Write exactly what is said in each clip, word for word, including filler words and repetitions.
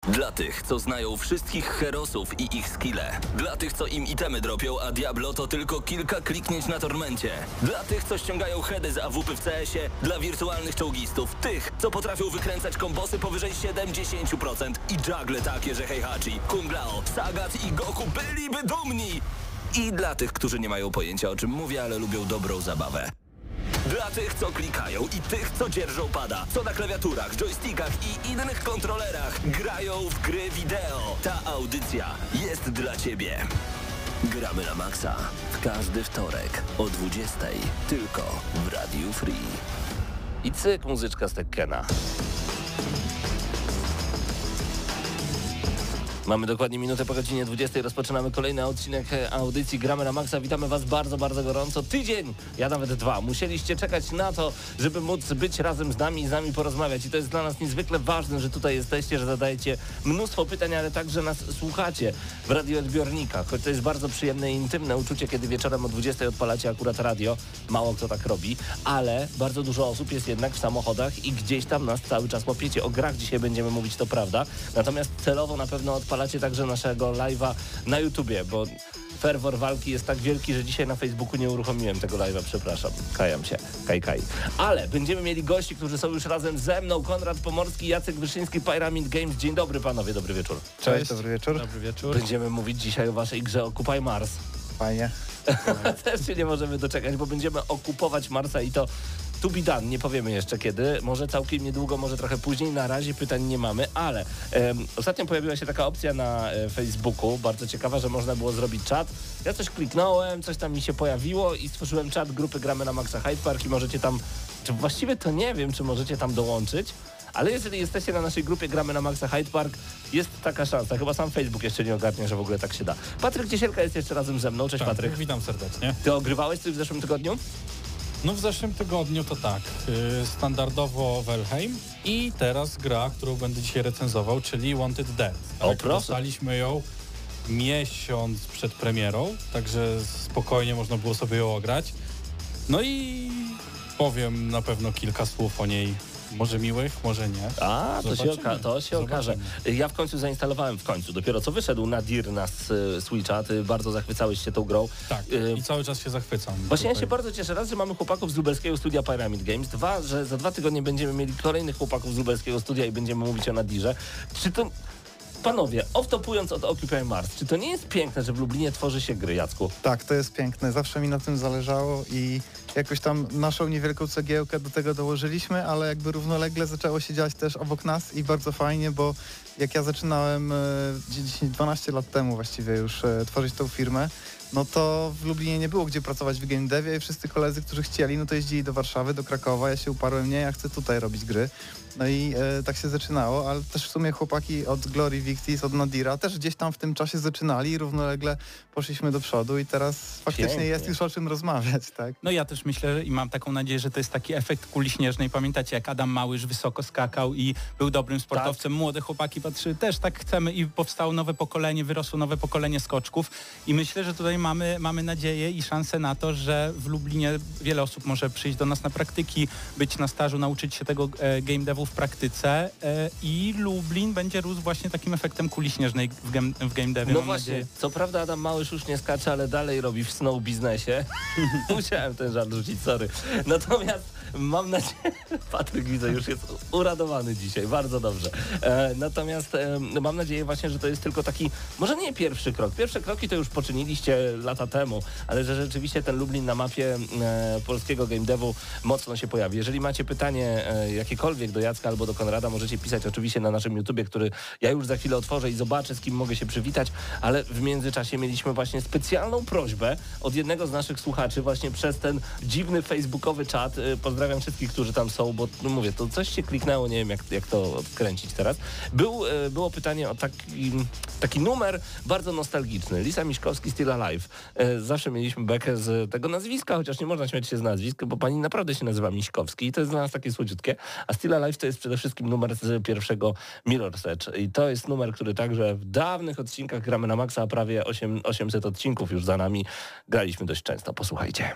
Dla tych, co znają wszystkich herosów i ich skille. Dla tych, co im itemy dropią, a Diablo to tylko kilka kliknięć na tormencie. Dla tych, co ściągają heady z A W P w C S-ie. Dla wirtualnych czołgistów. Tych, co potrafią wykręcać kombosy powyżej siedemdziesiąt procent. I juggle takie, że Heihachi, Kung Lao, Sagat i Goku byliby dumni. I dla tych, którzy nie mają pojęcia, o czym mówię, ale lubią dobrą zabawę. Dla tych, co klikają i tych, co dzierżą pada, co na klawiaturach, joystickach i innych kontrolerach grają w gry wideo. Ta audycja jest dla ciebie. Gramy na maksa w każdy wtorek o dwudziestej tylko w Radiu Free. I cyk, muzyczka z Tekkena. Mamy dokładnie minutę po godzinie dwudziestej. Rozpoczynamy kolejny odcinek audycji Gramy na Maxa. Witamy Was bardzo, bardzo gorąco. Tydzień, ja nawet dwa. Musieliście czekać na to, żeby móc być razem z nami i z nami porozmawiać. I to jest dla nas niezwykle ważne, że tutaj jesteście, że zadajecie mnóstwo pytań, ale także nas słuchacie w radioodbiornikach. Choć to jest bardzo przyjemne i intymne uczucie, kiedy wieczorem o dwudziestej odpalacie akurat radio. Mało kto tak robi, ale bardzo dużo osób jest jednak w samochodach i gdzieś tam nas cały czas łapiecie. O grach dzisiaj będziemy mówić, to prawda. Natomiast celowo na pewno odpalacie także naszego live'a na YouTubie, bo ferwor walki jest tak wielki, że dzisiaj na Facebooku nie uruchomiłem tego live'a, przepraszam. Kajam się, kaj, kaj. Ale będziemy mieli gości, którzy są już razem ze mną. Konrad Pomorski, Jacek Wyszyński, Pyramid Games. Dzień dobry panowie, dobry wieczór. Cześć, Cześć. Dobry wieczór. Dobry wieczór. Będziemy mówić dzisiaj o waszej grze Occupy Mars. Fajnie. Też się nie możemy doczekać, bo będziemy okupować Marsa i to to be done, nie powiemy jeszcze kiedy, może całkiem niedługo, może trochę później, na razie pytań nie mamy, ale e, ostatnio pojawiła się taka opcja na e, Facebooku, bardzo ciekawa, że można było zrobić czat. Ja coś kliknąłem, coś tam mi się pojawiło i stworzyłem czat grupy Gramy na Maxa Hyde Park i możecie tam, czy właściwie to nie wiem, czy możecie tam dołączyć, ale jeżeli jesteście na naszej grupie Gramy na Maxa Hyde Park, jest taka szansa. Chyba sam Facebook jeszcze nie ogarnie, że w ogóle tak się da. Patryk Ciesielka jest jeszcze razem ze mną. Cześć, tak, Patryk. Witam serdecznie. Ty ogrywałeś coś w zeszłym tygodniu? No w zeszłym tygodniu to tak, yy, standardowo Valheim i teraz gra, którą będę dzisiaj recenzował, czyli Wanted Dead. O, tak, proszę. Dostaliśmy ją miesiąc przed premierą, także spokojnie można było sobie ją ograć. No i powiem na pewno kilka słów o niej. Może miłych, może nie. A, to się, oka- to się okaże. Ja w końcu zainstalowałem, w końcu, dopiero co wyszedł Nadir na s- Switcha, ty bardzo zachwycałeś się tą grą. Tak, y- i cały czas się zachwycam. Właśnie tutaj. ja się bardzo cieszę, raz, że mamy chłopaków z lubelskiego studia Pyramid Games, dwa, że za dwa tygodnie będziemy mieli kolejnych chłopaków z lubelskiego studia i będziemy mówić o Nadirze. Czy to... Panowie, off-topując od Occupy Mars, czy to nie jest piękne, że w Lublinie tworzy się gry, Jacku? Tak, to jest piękne. Zawsze mi na tym zależało i jakoś tam naszą niewielką cegiełkę do tego dołożyliśmy, ale jakby równolegle zaczęło się dziać też obok nas i bardzo fajnie, bo jak ja zaczynałem dziesięć dwanaście lat temu właściwie już e, tworzyć tą firmę, no to w Lublinie nie było gdzie pracować w game devie i wszyscy koledzy, którzy chcieli, no to jeździli do Warszawy, do Krakowa. Ja się uparłem, nie, ja chcę tutaj robić gry. No i e, tak się zaczynało, ale też w sumie chłopaki od Glory Victis, od Nadira też gdzieś tam w tym czasie zaczynali i równolegle poszliśmy do przodu i teraz faktycznie Pięknie. jest już o czym rozmawiać, tak? No ja też myślę i mam taką nadzieję, że to jest taki efekt kuli śnieżnej. Pamiętacie, jak Adam Małysz wysoko skakał i był dobrym sportowcem, tak. Młode chłopaki patrzy, też tak chcemy i powstało nowe pokolenie, wyrosło nowe pokolenie skoczków i myślę, że tutaj mamy, mamy nadzieję i szansę na to, że w Lublinie wiele osób może przyjść do nas na praktyki, być na stażu, nauczyć się tego e, game devu w praktyce e, i Lublin będzie rósł właśnie takim efektem kuli śnieżnej w game, w game devie. No mam właśnie, nadzieję. co prawda Adam Małysz już nie skacze, ale dalej robi w snow biznesie. Musiałem ten żart rzucić, sorry. Natomiast mam nadzieję, Patryk widzę już jest uradowany dzisiaj, bardzo dobrze. E, natomiast e, mam nadzieję właśnie, że to jest tylko taki, może nie pierwszy krok. Pierwsze kroki to już poczyniliście lata temu, ale że rzeczywiście ten Lublin na mapie e, polskiego game devu mocno się pojawi. Jeżeli macie pytanie e, jakiekolwiek do Jacka albo do Konrada, możecie pisać oczywiście na naszym YouTubie, który ja już za chwilę otworzę i zobaczę, z kim mogę się przywitać, ale w międzyczasie mieliśmy właśnie specjalną prośbę od jednego z naszych słuchaczy właśnie przez ten dziwny facebookowy czat. E, pozdrawiam wszystkich, którzy tam są, bo no mówię, to coś się kliknęło, nie wiem jak, jak to odkręcić teraz. Był, e, było pytanie o taki, taki numer bardzo nostalgiczny. Lisa Miśkowski, Still Alive. E, zawsze mieliśmy bekę z tego nazwiska, chociaż nie można śmiać się z nazwisk, bo pani naprawdę się nazywa Miśkowski i to jest dla nas takie słodziutkie. A Still Alive to jest przede wszystkim numer z pierwszego Mirror's Edge. I to jest numer, który także w dawnych odcinkach Gramy na Maxa, prawie osiemset odcinków już za nami, graliśmy dość często. Posłuchajcie.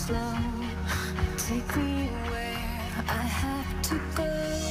slow. Take me where I have to go.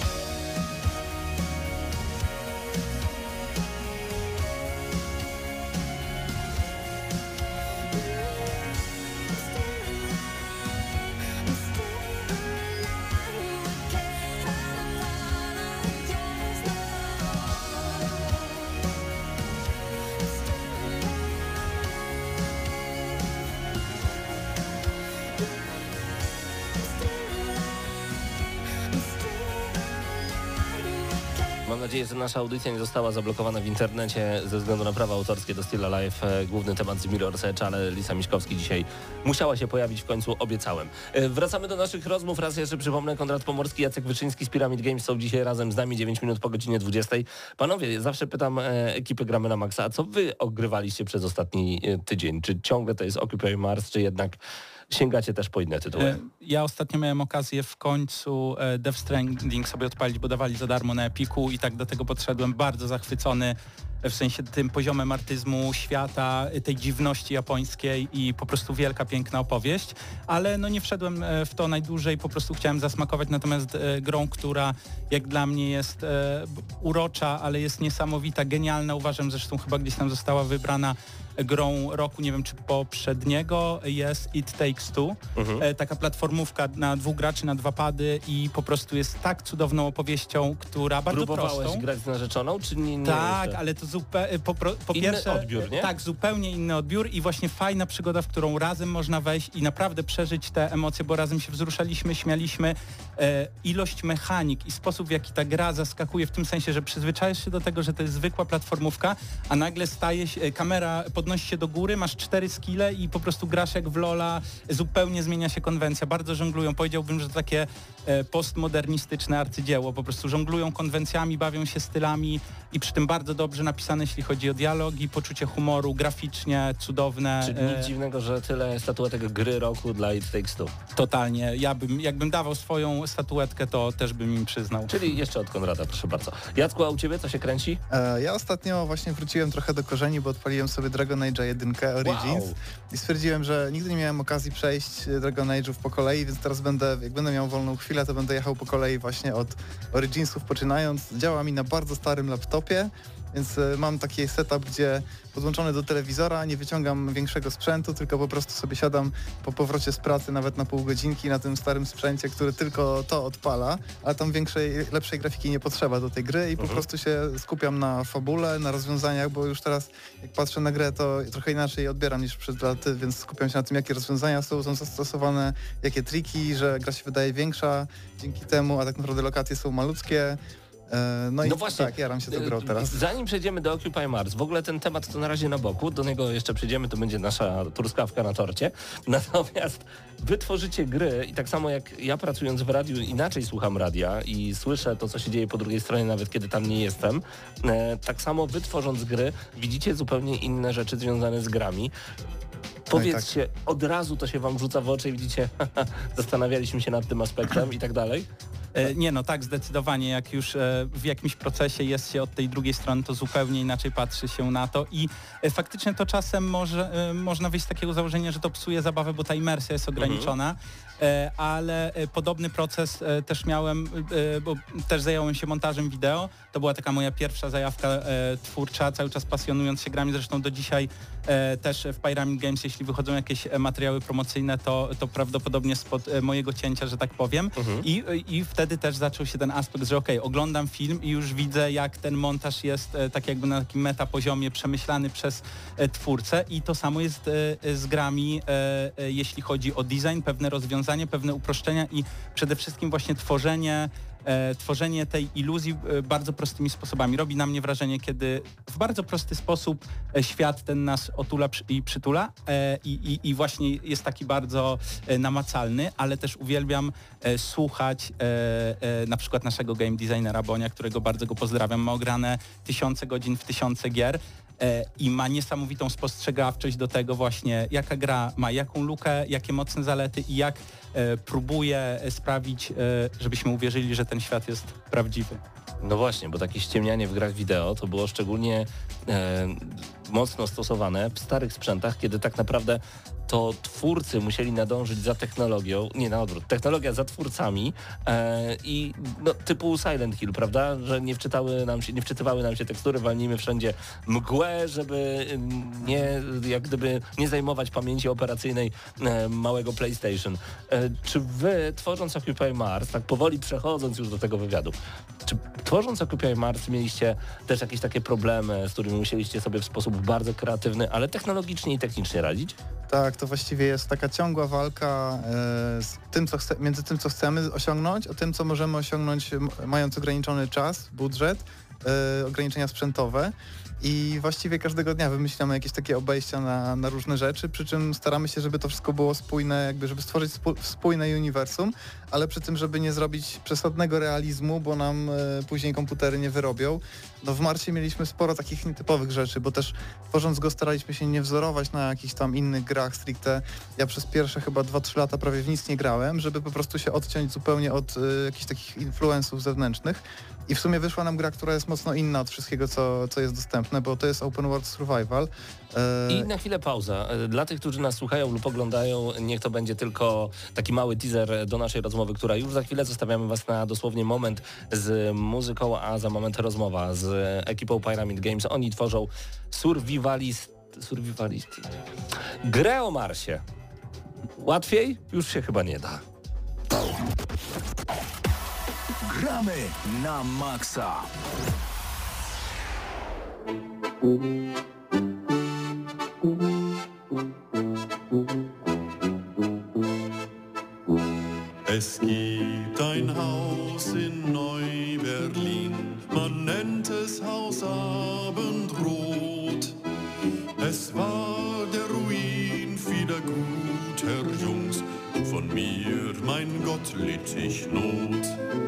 Mam nadzieję, że nasza audycja nie została zablokowana w internecie ze względu na prawa autorskie do Still Alive. Główny temat z Mirror's Edge, ale Lisa Miśkowski dzisiaj musiała się pojawić, w końcu obiecałem. Wracamy do naszych rozmów. Raz jeszcze przypomnę, Konrad Pomorski, Jacek Wyczyński z Pyramid Games są dzisiaj razem z nami, dziewięć minut po godzinie dwudziestej. Panowie, zawsze pytam e, ekipy Gramy na Maxa, a co wy ogrywaliście przez ostatni e, tydzień? Czy ciągle to jest Occupy Mars, czy jednak sięgacie też po inne tytuły? Ja ostatnio miałem okazję w końcu Death Stranding sobie odpalić, bo dawali za darmo na Epiku i tak do tego podszedłem bardzo zachwycony, w sensie tym poziomem artyzmu świata, tej dziwności japońskiej i po prostu wielka, piękna opowieść, ale no nie wszedłem w to najdłużej, po prostu chciałem zasmakować, natomiast grą, która jak dla mnie jest urocza, ale jest niesamowita, genialna, uważam, zresztą chyba gdzieś tam została wybrana grą roku, nie wiem czy poprzedniego, jest It Takes Two. Mhm. Taka platformówka na dwóch graczy, na dwa pady i po prostu jest tak cudowną opowieścią, która bardzo Próbowałeś prostą. grać z narzeczoną, czy nie? nie tak, jeszcze? ale to zupełnie po, po inny pierwsze odbiór, nie? Tak, zupełnie inny odbiór i właśnie fajna przygoda, w którą razem można wejść i naprawdę przeżyć te emocje, bo razem się wzruszaliśmy, śmialiśmy. E, ilość mechanik i sposób, w jaki ta gra zaskakuje, w tym sensie, że przyzwyczajasz się do tego, że to jest zwykła platformówka, a nagle staje się, kamera podnosi się do góry, masz cztery skille i po prostu grasz jak w Lola, zupełnie zmienia się konwencja, bardzo żonglują, powiedziałbym, że to takie e, postmodernistyczne arcydzieło, po prostu żonglują konwencjami, bawią się stylami i przy tym bardzo dobrze napisane, jeśli chodzi o dialog i poczucie humoru, graficznie, cudowne. Czyli nic e, dziwnego, że tyle statuetek gry roku dla It Takes Two. Totalnie, ja bym, jakbym dawał swoją statuetkę, to też bym im przyznał. Czyli jeszcze od Konrada, proszę bardzo. Jacku, a u ciebie co się kręci? E, ja ostatnio właśnie wróciłem trochę do korzeni, bo odpaliłem sobie Dragon Age jeden Origins Wow. i stwierdziłem, że nigdy nie miałem okazji przejść Dragon Age'ów po kolei, więc teraz będę, jak będę miał wolną chwilę, to będę jechał po kolei właśnie od Originsów poczynając. Działa mi na bardzo starym laptopie, więc y, mam taki setup, gdzie podłączony do telewizora, nie wyciągam większego sprzętu, tylko po prostu sobie siadam po powrocie z pracy nawet na pół godzinki na tym starym sprzęcie, który tylko to odpala, a tam większej, lepszej grafiki nie potrzeba do tej gry i mhm. po prostu się skupiam na fabule, na rozwiązaniach, bo już teraz jak patrzę na grę, to trochę inaczej odbieram niż przed laty, więc skupiam się na tym, jakie rozwiązania są, są zastosowane, jakie triki, że gra się wydaje większa dzięki temu, a tak naprawdę lokacje są malutkie. No i no właśnie, tak, jaram się tą grą teraz. Zanim przejdziemy do Occupy Mars, w ogóle ten temat to na razie na boku, do niego jeszcze przejdziemy, to będzie nasza truskawka na torcie. Natomiast wy tworzycie gry i tak samo jak ja pracując w radiu inaczej słucham radia i słyszę to, co się dzieje po drugiej stronie, nawet kiedy tam nie jestem, e, tak samo wy tworząc gry widzicie zupełnie inne rzeczy związane z grami. Powiedzcie, tak. Od razu to się wam rzuca w oczy i widzicie, zastanawialiśmy się nad tym aspektem i tak dalej. E, nie no tak, zdecydowanie, jak już e, w jakimś procesie jest się od tej drugiej strony, to zupełnie inaczej patrzy się na to i e, faktycznie to czasem może, e, można wyjść z takiego założenia, że to psuje zabawę, bo ta imersja jest ograniczona, e, ale e, podobny proces e, też miałem, e, bo też zająłem się montażem wideo, to była taka moja pierwsza zajawka e, twórcza, cały czas pasjonując się grami, zresztą do dzisiaj e, też w Pyramid Games, jeśli wychodzą jakieś materiały promocyjne, to, to prawdopodobnie spod e, mojego cięcia, że tak powiem. Mhm. I, i wtedy też zaczął się ten aspekt, że okej, okay, oglądam film i już widzę, jak ten montaż jest e, tak jakby na takim metapoziomie przemyślany przez e, twórcę i to samo jest e, z grami, e, e, jeśli chodzi o design, pewne rozwiązanie, pewne uproszczenia i przede wszystkim właśnie tworzenie E, tworzenie tej iluzji e, bardzo prostymi sposobami. Robi na mnie wrażenie, kiedy w bardzo prosty sposób e, świat ten nas otula przy, i przytula e, i, i właśnie jest taki bardzo e, namacalny, ale też uwielbiam e, słuchać e, e, na przykład naszego game designera Bonia, którego bardzo go pozdrawiam. Ma ograne tysiące godzin w tysiące gier i ma niesamowitą spostrzegawczość do tego właśnie, jaka gra ma jaką lukę, jakie mocne zalety i jak e, próbuje sprawić, e, żebyśmy uwierzyli, że ten świat jest prawdziwy. No właśnie, bo takie ściemnianie w grach wideo to było szczególnie e, mocno stosowane w starych sprzętach, kiedy tak naprawdę to twórcy musieli nadążyć za technologią, nie na odwrót, technologia za twórcami e, i no, typu Silent Hill, prawda, że nie wczytały nam się, nie wczytywały nam się tekstury, walnijmy wszędzie mgłę, żeby nie, jak gdyby nie zajmować pamięci operacyjnej e, małego PlayStation. E, czy wy, tworząc Occupy Mars, tak powoli przechodząc już do tego wywiadu, czy tworząc Occupy Mars mieliście też jakieś takie problemy, z którymi musieliście sobie w sposób bardzo kreatywny, ale technologicznie i technicznie radzić? Tak, to właściwie jest taka ciągła walka e, z tym, co chce, między tym, co chcemy osiągnąć, a tym, co możemy osiągnąć m- mając ograniczony czas, budżet, e, ograniczenia sprzętowe. I właściwie każdego dnia wymyślamy jakieś takie obejścia na, na różne rzeczy, przy czym staramy się, żeby to wszystko było spójne, jakby żeby stworzyć spu, spójne uniwersum, ale przy tym, żeby nie zrobić przesadnego realizmu, bo nam e, później komputery nie wyrobią. No w Marsie mieliśmy sporo takich nietypowych rzeczy, bo też tworząc go staraliśmy się nie wzorować na jakichś tam innych grach stricte. Ja przez pierwsze chyba dwa trzy lata prawie w nic nie grałem, żeby po prostu się odciąć zupełnie od e, jakichś takich influence'ów zewnętrznych. I w sumie wyszła nam gra, która jest mocno inna od wszystkiego, co, co jest dostępne, bo to jest Open World Survival. E... I na chwilę pauza. Dla tych, którzy nas słuchają lub oglądają, niech to będzie tylko taki mały teaser do naszej rozmowy, która już za chwilę zostawiamy was na dosłownie moment z muzyką, a za moment rozmowa z ekipą Pyramid Games. Oni tworzą Survivalist... Survivalist... grę o Marsie. Łatwiej? Już się chyba nie da. Gramy na maksa. Es gibt ein Haus in Neu-Berlin, man nennt es Haus Abendrot. Es war der Ruin vieler guter Jungs, von mir, mein Gott, litt ich Not.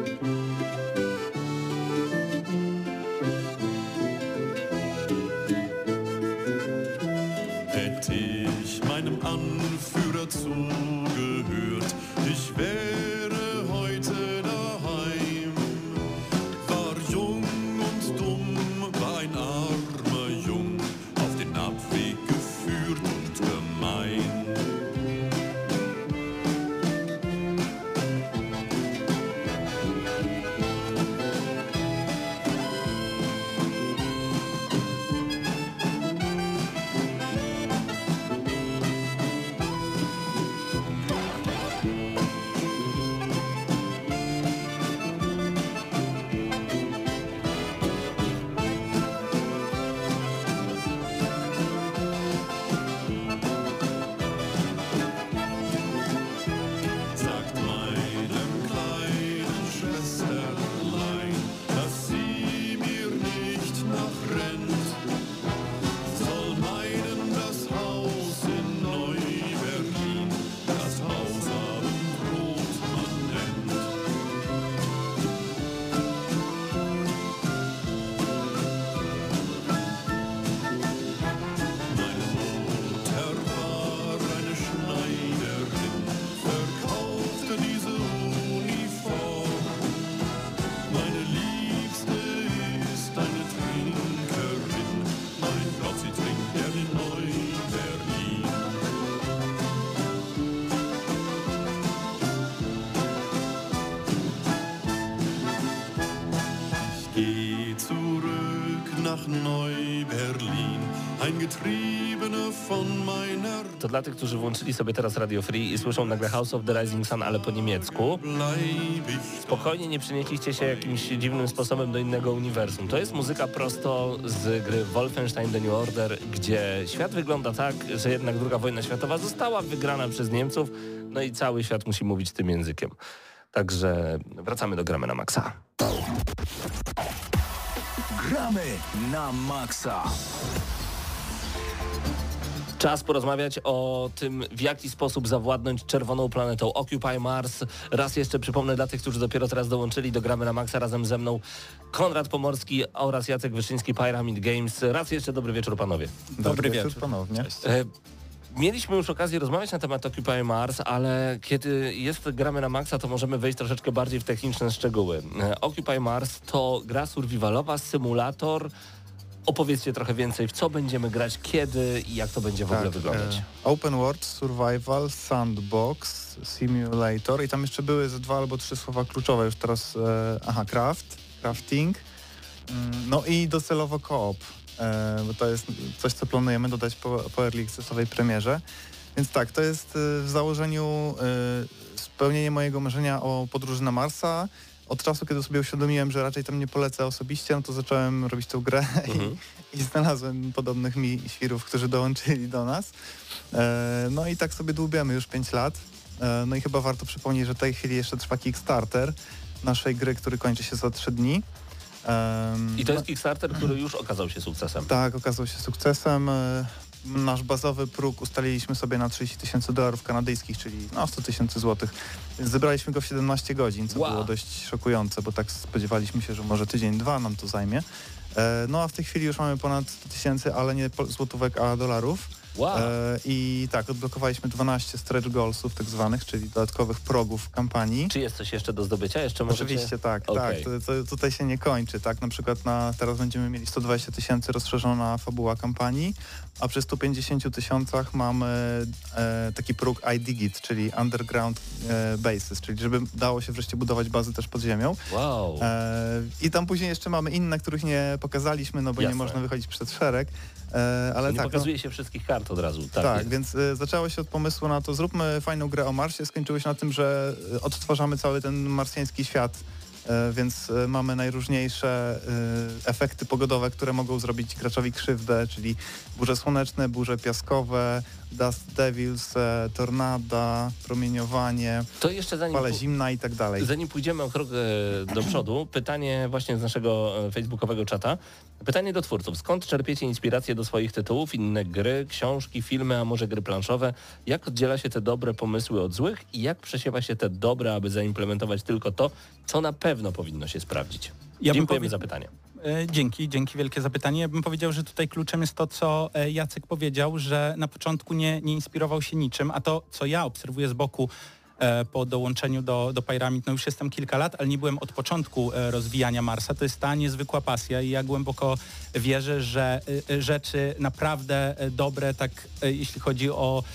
Hätte ich meinem Anführer zugehört, ich wäre heute daheim. War jung und dumm, war ein armer Jung, auf den Abweg geführt und gemein. Nach Neu-Berlin, ein Getriebener von meiner... To dla tych, którzy włączyli sobie teraz Radio Free i słyszą nagle House of the Rising Sun, ale po niemiecku. Spokojnie nie przenieśliście się jakimś dziwnym sposobem do innego uniwersum. To jest muzyka prosto z gry Wolfenstein The New Order, gdzie świat wygląda tak, że jednak druga wojna światowa została wygrana przez Niemców, no i cały świat musi mówić tym językiem. Także wracamy do Gramy na Maxa. Gramy na maksa. Czas porozmawiać o tym, w jaki sposób zawładnąć czerwoną planetą. Occupy Mars. Raz jeszcze przypomnę dla tych, którzy dopiero teraz dołączyli do Gramy na Maxa, razem ze mną Konrad Pomorski oraz Jacek Wyszyński, Pyramid Games. Raz jeszcze dobry wieczór, panowie. Dobry, dobry wieczór, wieczór ponownie. E, Mieliśmy już okazję rozmawiać na temat Occupy Mars, ale kiedy jest Gramy na Maxa, to możemy wejść troszeczkę bardziej w techniczne szczegóły. Occupy Mars to gra survivalowa, symulator Opowiedzcie trochę więcej, w co będziemy grać, kiedy i jak to będzie w ogóle wyglądać. E, open World, Survival, Sandbox, Simulator i tam jeszcze były ze dwa albo trzy słowa kluczowe, już teraz, e, aha, craft, crafting, mm, no i docelowo co-op, e, bo to jest coś, co planujemy dodać po, po Early Accessowej premierze. Więc tak, to jest w założeniu y, spełnienie mojego marzenia o podróży na Marsa. Od czasu, kiedy sobie uświadomiłem, że raczej tam nie polecę osobiście, no to zacząłem robić tę grę mhm. i, i znalazłem podobnych mi świrów, którzy dołączyli do nas. E, no i tak sobie dłubiemy już pięć lat. E, no i chyba warto przypomnieć, że w tej chwili jeszcze trwa Kickstarter naszej gry, który kończy się za trzy dni. E, I to jest Kickstarter, który już okazał się sukcesem. Tak, okazał się sukcesem. E, Nasz bazowy próg ustaliliśmy sobie na trzydzieści tysięcy dolarów kanadyjskich, czyli no sto tysięcy złotych. Więc zebraliśmy go w siedemnaście godzin, co wow. było dość szokujące, bo tak spodziewaliśmy się, że może tydzień, dwa nam to zajmie. E, no a w tej chwili już mamy ponad sto tysięcy, ale nie złotówek, a dolarów. Wow. E, I tak, odblokowaliśmy dwanaście stretch goalsów tak zwanych, czyli dodatkowych progów kampanii. Czy jest coś jeszcze do zdobycia? Jeszcze możecie... Oczywiście tak, okay. tak. To, to tutaj się nie kończy, tak? Na przykład na, teraz będziemy mieli sto dwadzieścia tysięcy rozszerzona fabuła kampanii, a przy stu pięćdziesięciu tysiącach mamy e, taki próg iDigit, czyli Underground e, Bases, czyli żeby dało się wreszcie budować bazy też pod ziemią. Wow. E, I tam później jeszcze mamy inne, których nie pokazaliśmy, no bo Jasne. nie można wychodzić przed szereg. E, ale nie tak, pokazuje no, się wszystkich kart od razu. Tak, tak więc e, zaczęło się od pomysłu na to, zróbmy fajną grę o Marsie, skończyło się na tym, że odtwarzamy cały ten marsjański świat, e, więc e, mamy najróżniejsze e, efekty pogodowe, które mogą zrobić graczowi krzywdę, czyli burze słoneczne, burze piaskowe, Dust Devils, e, tornada, promieniowanie, to jeszcze zanim fale zimna i tak dalej. Zanim pójdziemy o krok e, do przodu, pytanie właśnie z naszego e, facebookowego czata. Pytanie do twórców. Skąd czerpiecie inspiracje do swoich tytułów, inne gry, książki, filmy, a może gry planszowe? Jak oddziela się te dobre pomysły od złych i jak przesiewa się te dobre, aby zaimplementować tylko to, co na pewno powinno się sprawdzić? Ja Dziękujemy powie... za pytanie. Dzięki, dzięki wielkie za pytanie. Ja bym powiedział, że tutaj kluczem jest to, co Jacek powiedział, że na początku nie, nie inspirował się niczym, a to, co ja obserwuję z boku po dołączeniu do, do Pyramid, no już jestem kilka lat, ale nie byłem od początku rozwijania Marsa. To jest ta niezwykła pasja i ja głęboko wierzę, że rzeczy naprawdę dobre, tak jeśli chodzi o,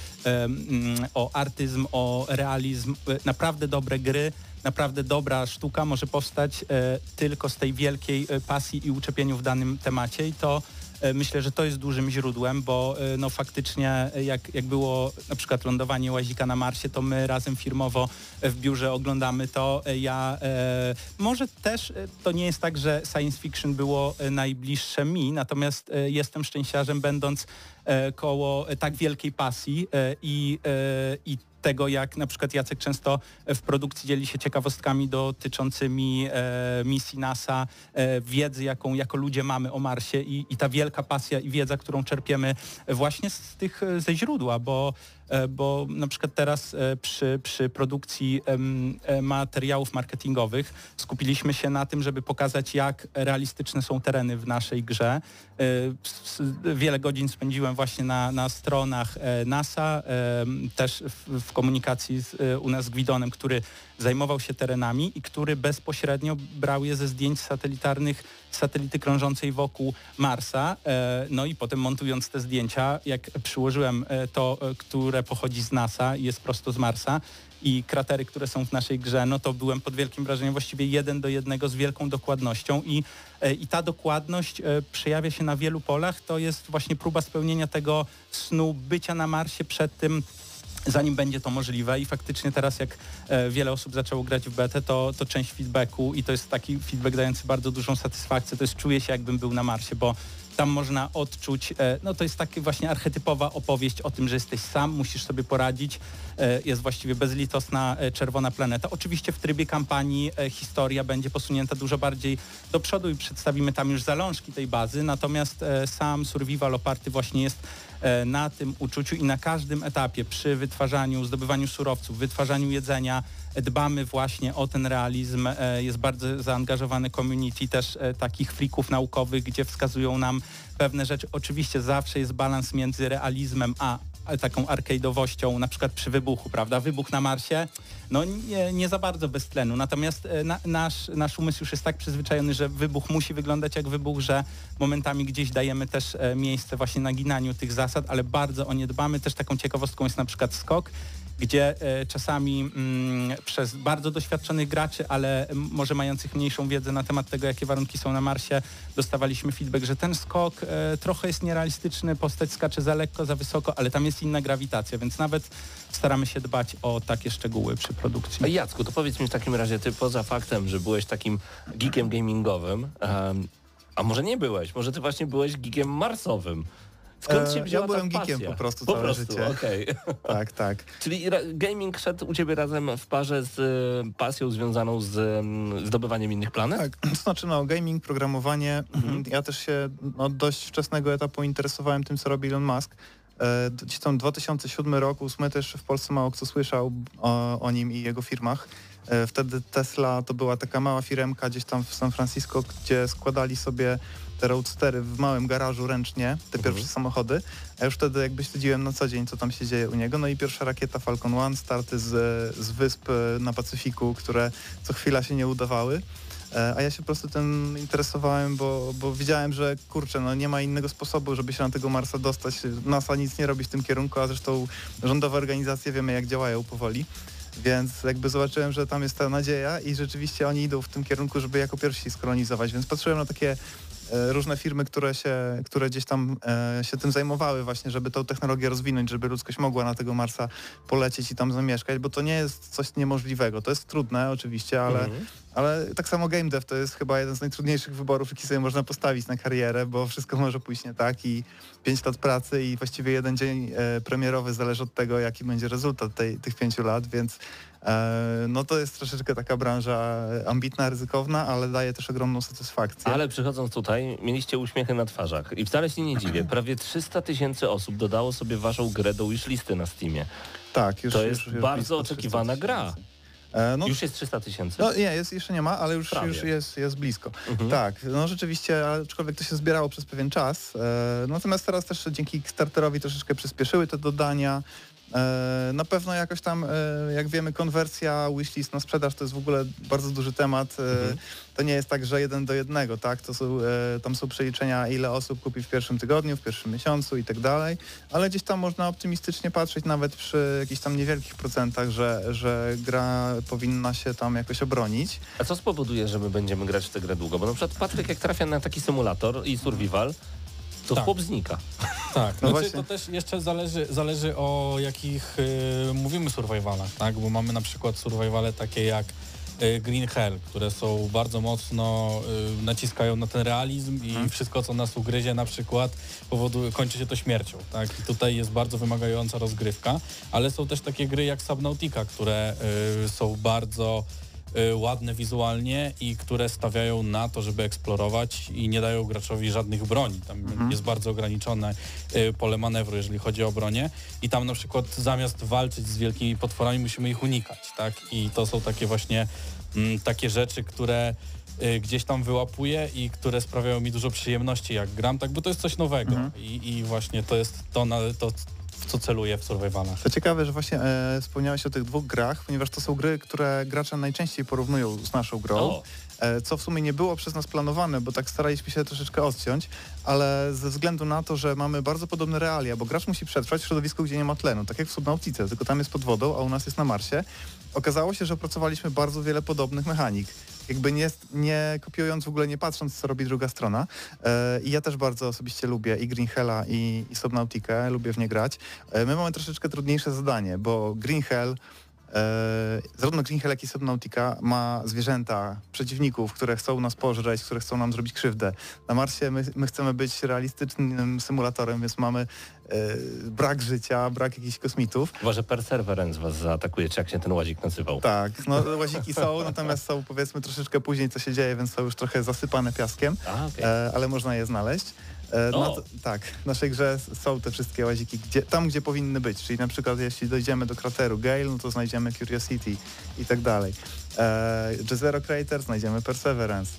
o artyzm, o realizm, naprawdę dobre gry, naprawdę dobra sztuka może powstać e, tylko z tej wielkiej e, pasji i uczepieniu w danym temacie i to e, myślę, że to jest dużym źródłem, bo e, no faktycznie e, jak, jak było na przykład lądowanie łazika na Marsie, to my razem firmowo w biurze oglądamy to. E, ja e, może też e, to nie jest tak, że science fiction było e, najbliższe mi, natomiast e, jestem szczęściarzem będąc e, koło e, tak wielkiej pasji e, i, e, i tego, jak na przykład Jacek często w produkcji dzieli się ciekawostkami dotyczącymi e, misji NASA, e, wiedzy, jaką jako ludzie mamy o Marsie i, i ta wielka pasja i wiedza, którą czerpiemy właśnie z tych, ze źródła, bo bo na przykład teraz przy, przy produkcji materiałów marketingowych skupiliśmy się na tym, żeby pokazać, jak realistyczne są tereny w naszej grze. Wiele godzin spędziłem właśnie na, na stronach NASA, też w, w komunikacji z, u nas z Gwidonem, który zajmował się terenami i który bezpośrednio brał je ze zdjęć satelitarnych satelity krążącej wokół Marsa. No i potem montując te zdjęcia, jak przyłożyłem to, które pochodzi z NASA i jest prosto z Marsa i kratery, które są w naszej grze, no to byłem pod wielkim wrażeniem, właściwie jeden do jednego z wielką dokładnością i, i ta dokładność przejawia się na wielu polach. To jest właśnie próba spełnienia tego snu bycia na Marsie przed tym, zanim będzie to możliwe i faktycznie teraz jak e, wiele osób zaczęło grać w betę, to, to część feedbacku i to jest taki feedback dający bardzo dużą satysfakcję, to jest czuję się jakbym był na Marsie, bo tam można odczuć, e, no to jest taka właśnie archetypowa opowieść o tym, że jesteś sam, musisz sobie poradzić, e, jest właściwie bezlitosna e, czerwona planeta. Oczywiście w trybie kampanii e, historia będzie posunięta dużo bardziej do przodu i przedstawimy tam już zalążki tej bazy, natomiast e, sam survival oparty właśnie jest na tym uczuciu i na każdym etapie przy wytwarzaniu, zdobywaniu surowców, wytwarzaniu jedzenia dbamy właśnie o ten realizm. Jest bardzo zaangażowane community też takich frików naukowych, gdzie wskazują nam pewne rzeczy. Oczywiście zawsze jest balans między realizmem a taką arcade'owością, na przykład przy wybuchu, prawda? Wybuch na Marsie, no nie, nie za bardzo bez tlenu. Natomiast e, na, nasz, nasz umysł już jest tak przyzwyczajony, że wybuch musi wyglądać jak wybuch, że momentami gdzieś dajemy też e, miejsce właśnie naginaniu tych zasad, ale bardzo o nie dbamy. Też taką ciekawostką jest na przykład skok, gdzie e, czasami mm, przez bardzo doświadczonych graczy, ale m, może mających mniejszą wiedzę na temat tego, jakie warunki są na Marsie, dostawaliśmy feedback, że ten skok e, trochę jest nierealistyczny, postać skacze za lekko, za wysoko, ale tam jest inna grawitacja, więc nawet staramy się dbać o takie szczegóły przy produkcji. A Jacku, to powiedz mi w takim razie, ty poza faktem, że byłeś takim geekiem gamingowym, um, a może nie byłeś, może ty właśnie byłeś geekiem marsowym. Skąd się wzięła Ja byłem ta geekiem pasja? po prostu po całe prostu, życie. okej. Tak, tak. Czyli ra- gaming szedł u ciebie razem w parze z y, pasją związaną z y, zdobywaniem innych planet? Tak, to znaczy no, gaming, programowanie. Mhm. Ja też się od dość wczesnego etapu interesowałem tym, co robi Elon Musk. E, Gdzieś tam dwa tysiące siódmy rok, ósmy też w Polsce mało kto słyszał o, o nim i jego firmach. E, Wtedy Tesla to była taka mała firemka gdzieś tam w San Francisco, gdzie składali sobie te roadstery w małym garażu ręcznie, te pierwsze Mhm. samochody. A już wtedy jakby śledziłem na co dzień, co tam się dzieje u niego. No i pierwsza rakieta Falcon One, starty z, z wysp e, na Pacyfiku, które co chwila się nie udawały. E, A ja się po prostu tym interesowałem, bo, bo widziałem, że kurczę, no nie ma innego sposobu, żeby się na tego Marsa dostać. NASA nic nie robi w tym kierunku, a zresztą rządowe organizacje wiemy, jak działają powoli. Więc jakby zobaczyłem, że tam jest ta nadzieja i rzeczywiście oni idą w tym kierunku, żeby jako pierwsi skolonizować. Więc patrzyłem na takie e, różne firmy, które się, które gdzieś tam e, się tym zajmowały właśnie, żeby tą technologię rozwinąć, żeby ludzkość mogła na tego Marsa polecieć i tam zamieszkać, bo to nie jest coś niemożliwego. To jest trudne oczywiście, ale, Mhm. ale tak samo game dev to jest chyba jeden z najtrudniejszych wyborów, jaki sobie można postawić na karierę, bo wszystko może pójść nie tak i pięć lat pracy i właściwie jeden dzień e, premierowy zależy od tego, jaki będzie rezultat tej, tych pięciu lat, więc e, no to jest troszeczkę taka branża ambitna, ryzykowna, ale daje też ogromną satysfakcję. Ale przychodząc tutaj, mieliście uśmiechy na twarzach i wcale się nie dziwię. Prawie trzysta tysięcy osób dodało sobie waszą grę do wishlisty na Steamie. Tak, już To już, jest już bardzo blisko oczekiwana trzysta gra. tysięcy. E, no, Już jest trzysta tysięcy? No nie, jest, jeszcze nie ma, ale już, Prawie. już jest, jest blisko. Mhm. Tak, no rzeczywiście, aczkolwiek to się zbierało przez pewien czas. E, natomiast teraz też dzięki Kickstarterowi troszeczkę przyspieszyły te dodania. E, na pewno jakoś tam, e, jak wiemy, konwersja wishlist na sprzedaż to jest w ogóle bardzo duży temat. E, Mhm. To nie jest tak, że jeden do jednego, tak? To są, e, tam są przeliczenia, ile osób kupi w pierwszym tygodniu, w pierwszym miesiącu i tak dalej, ale gdzieś tam można optymistycznie patrzeć nawet przy jakichś tam niewielkich procentach, że, że gra powinna się tam jakoś obronić. A co spowoduje, że my będziemy grać w tę grę długo? Bo na przykład Patryk, jak trafia na taki symulator i survival, to Tak. chłop znika. Tak, No no właśnie. to też jeszcze zależy, zależy o jakich y, mówimy survivalach, tak? Bo mamy na przykład survivale takie jak y, Green Hell, które są bardzo mocno y, naciskają na ten realizm i Mhm. wszystko, co nas ugryzie na przykład powoduje, kończy się to śmiercią, tak? I tutaj jest bardzo wymagająca rozgrywka, ale są też takie gry jak Subnautica, które y, są bardzo y, ładne wizualnie i które stawiają na to, żeby eksplorować i nie dają graczowi żadnych broni. Tam Mhm. jest bardzo ograniczone y, pole manewru, jeżeli chodzi o bronię i tam na przykład zamiast walczyć z wielkimi potworami musimy ich unikać, tak? I to są takie właśnie mm, takie rzeczy, które y, gdzieś tam wyłapuję i które sprawiają mi dużo przyjemności jak gram, tak? Bo to jest coś nowego Mhm. I, i właśnie to jest to, na, to w co celuję w survivalach. To ciekawe, że właśnie e, wspomniałeś o tych dwóch grach, ponieważ to są gry, które gracze najczęściej porównują z naszą grą. O. E, co w sumie nie było przez nas planowane, bo tak staraliśmy się troszeczkę odciąć, ale ze względu na to, że mamy bardzo podobne realia, bo gracz musi przetrwać w środowisku, gdzie nie ma tlenu, tak jak w Subnautice, tylko tam jest pod wodą, a u nas jest na Marsie. Okazało się, że opracowaliśmy bardzo wiele podobnych mechanik. Jakby nie, nie kopiując, w ogóle nie patrząc, co robi druga strona. E, I ja też bardzo osobiście lubię i Green Hella, i, i Subnautikę, lubię w nie grać. E, my mamy troszeczkę trudniejsze zadanie, bo Green Hell, e, zarówno Green Hell, jak i Subnautica ma zwierzęta, przeciwników, które chcą nas pożreć, które chcą nam zrobić krzywdę. Na Marsie my, my chcemy być realistycznym symulatorem, więc mamy e, brak życia, brak jakichś kosmitów. Chyba, że Perseverance was zaatakuje, czy jak się ten łazik nazywał. Tak, no łaziki są, natomiast są powiedzmy troszeczkę później, co się dzieje, więc są już trochę zasypane piaskiem, A, okej. e, ale można je znaleźć. E, O. na to, tak, w naszej grze s- są te wszystkie łaziki gdzie, tam, gdzie powinny być, czyli na przykład jeśli dojdziemy do krateru Gale, no to znajdziemy Curiosity i tak dalej. E, Jezero Crater znajdziemy Perseverance.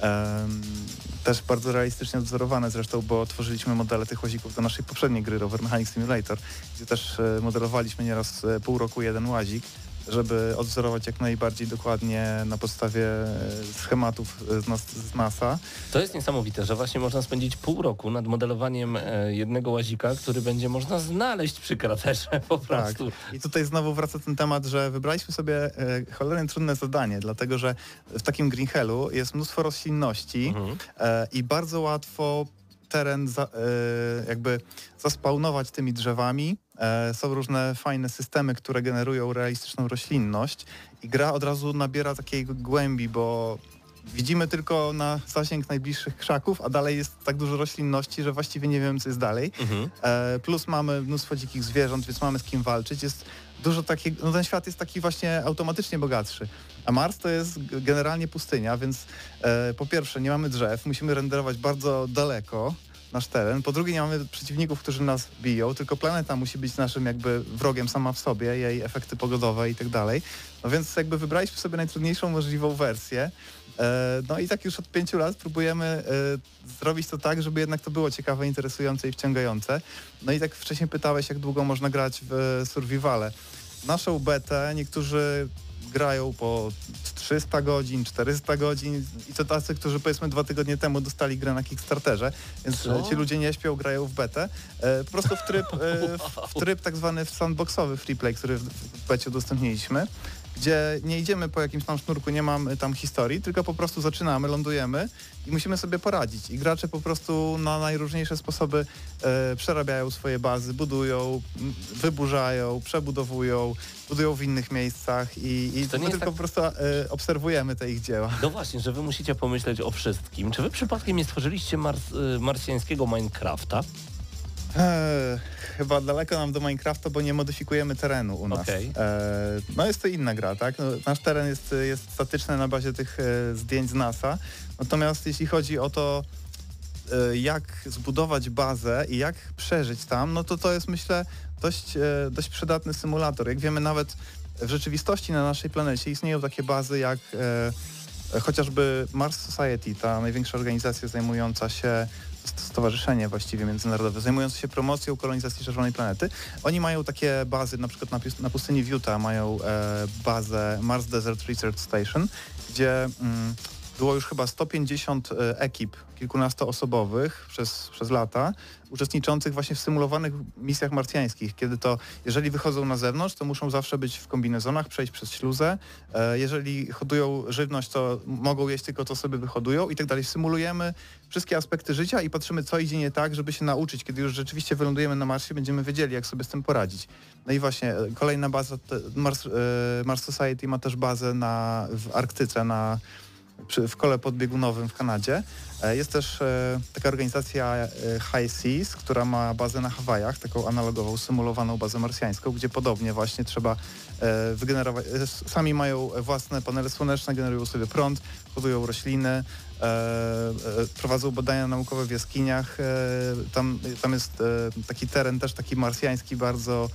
em, też bardzo realistycznie odwzorowane zresztą, bo tworzyliśmy modele tych łazików do naszej poprzedniej gry Rover Mechanic Simulator, gdzie też e, modelowaliśmy nieraz e, pół roku jeden łazik, żeby odwzorować jak najbardziej dokładnie na podstawie e, schematów z, nas, z NASA. To jest niesamowite, że właśnie można spędzić pół roku nad modelowaniem e, jednego łazika, który będzie można znaleźć przy kraterze po prostu. Tak. I tutaj znowu wraca ten temat, że wybraliśmy sobie e, cholernie trudne zadanie, dlatego że w takim Green Hellu jest mnóstwo roślinności Mhm. e, i bardzo łatwo teren za, e, jakby zaspawnować tymi drzewami. E, są różne fajne systemy, które generują realistyczną roślinność i gra od razu nabiera takiej głębi, bo widzimy tylko na zasięg najbliższych krzaków, a dalej jest tak dużo roślinności, że właściwie nie wiemy, co jest dalej. Mhm. E, plus mamy mnóstwo dzikich zwierząt, więc mamy z kim walczyć. Jest dużo takiego, no ten świat jest taki właśnie automatycznie bogatszy. A Mars to jest g- generalnie pustynia, więc e, po pierwsze nie mamy drzew, musimy renderować bardzo daleko nasz teren. Po drugie nie mamy przeciwników, którzy nas biją, tylko planeta musi być naszym jakby wrogiem sama w sobie, jej efekty pogodowe i tak dalej. No więc jakby wybraliśmy sobie najtrudniejszą możliwą wersję. E, No i tak już od pięciu lat próbujemy e, zrobić to tak, żeby jednak to było ciekawe, interesujące i wciągające. No i tak wcześniej pytałeś, jak długo można grać w survivale. Naszą betę niektórzy grają po trzysta godzin, czterysta godzin i to tacy, którzy powiedzmy dwa tygodnie temu dostali grę na Kickstarterze, więc Co? ci ludzie nie śpią, grają w betę. E, po prostu w tryb, e, w, w tryb tak zwany sandboxowy freeplay, który w, w becie udostępniliśmy, gdzie nie idziemy po jakimś tam sznurku, nie mamy tam historii, tylko po prostu zaczynamy, lądujemy i musimy sobie poradzić. I gracze po prostu na najróżniejsze sposoby e, przerabiają swoje bazy, budują, m, wyburzają, przebudowują, budują w innych miejscach i, i To nie my jest tylko tak- po prostu e, obserwujemy te ich dzieła. No właśnie, że wy musicie pomyśleć o wszystkim. Czy wy przypadkiem nie stworzyliście mars, y, marsjańskiego Minecrafta? Eee, chyba daleko nam do Minecrafta, bo nie modyfikujemy terenu u nas. Okej. Eee, no jest to inna gra, tak? No, nasz teren jest, jest statyczny na bazie tych e, zdjęć z NASA. Natomiast jeśli chodzi o to, e, jak zbudować bazę i jak przeżyć tam, no to to jest, myślę, dość, e, dość przydatny symulator. Jak wiemy, nawet w rzeczywistości na naszej planecie istnieją takie bazy jak e, chociażby Mars Society, ta największa organizacja zajmująca się stowarzyszenie właściwie międzynarodowe, zajmujące się promocją kolonizacji czerwonej planety. Oni mają takie bazy, na przykład na, pus- na pustyni w Utah mają e, bazę Mars Desert Research Station, gdzie mm, było już chyba sto pięćdziesiąt e, ekip, kilkunastoosobowych przez, przez lata, uczestniczących właśnie w symulowanych misjach marsjańskich, kiedy to, jeżeli wychodzą na zewnątrz, to muszą zawsze być w kombinezonach, przejść przez śluzę. E, jeżeli hodują żywność, to mogą jeść tylko to sobie wyhodują i tak dalej. Symulujemy wszystkie aspekty życia i patrzymy, co idzie nie tak, żeby się nauczyć. Kiedy już rzeczywiście wylądujemy na Marsie, będziemy wiedzieli, jak sobie z tym poradzić. No i właśnie e, kolejna baza, te, Mars, e, Mars Society ma też bazę na, w Arktyce, na przy, w kole podbiegunowym w Kanadzie. E, Jest też e, taka organizacja e, High Seas, która ma bazę na Hawajach, taką analogową, symulowaną bazę marsjańską, gdzie podobnie właśnie trzeba e, wygenerować, e, s- sami mają własne panele słoneczne, generują sobie prąd, hodują rośliny, e, e, prowadzą badania naukowe w jaskiniach. E, tam, tam jest e, taki teren też taki marsjański bardzo,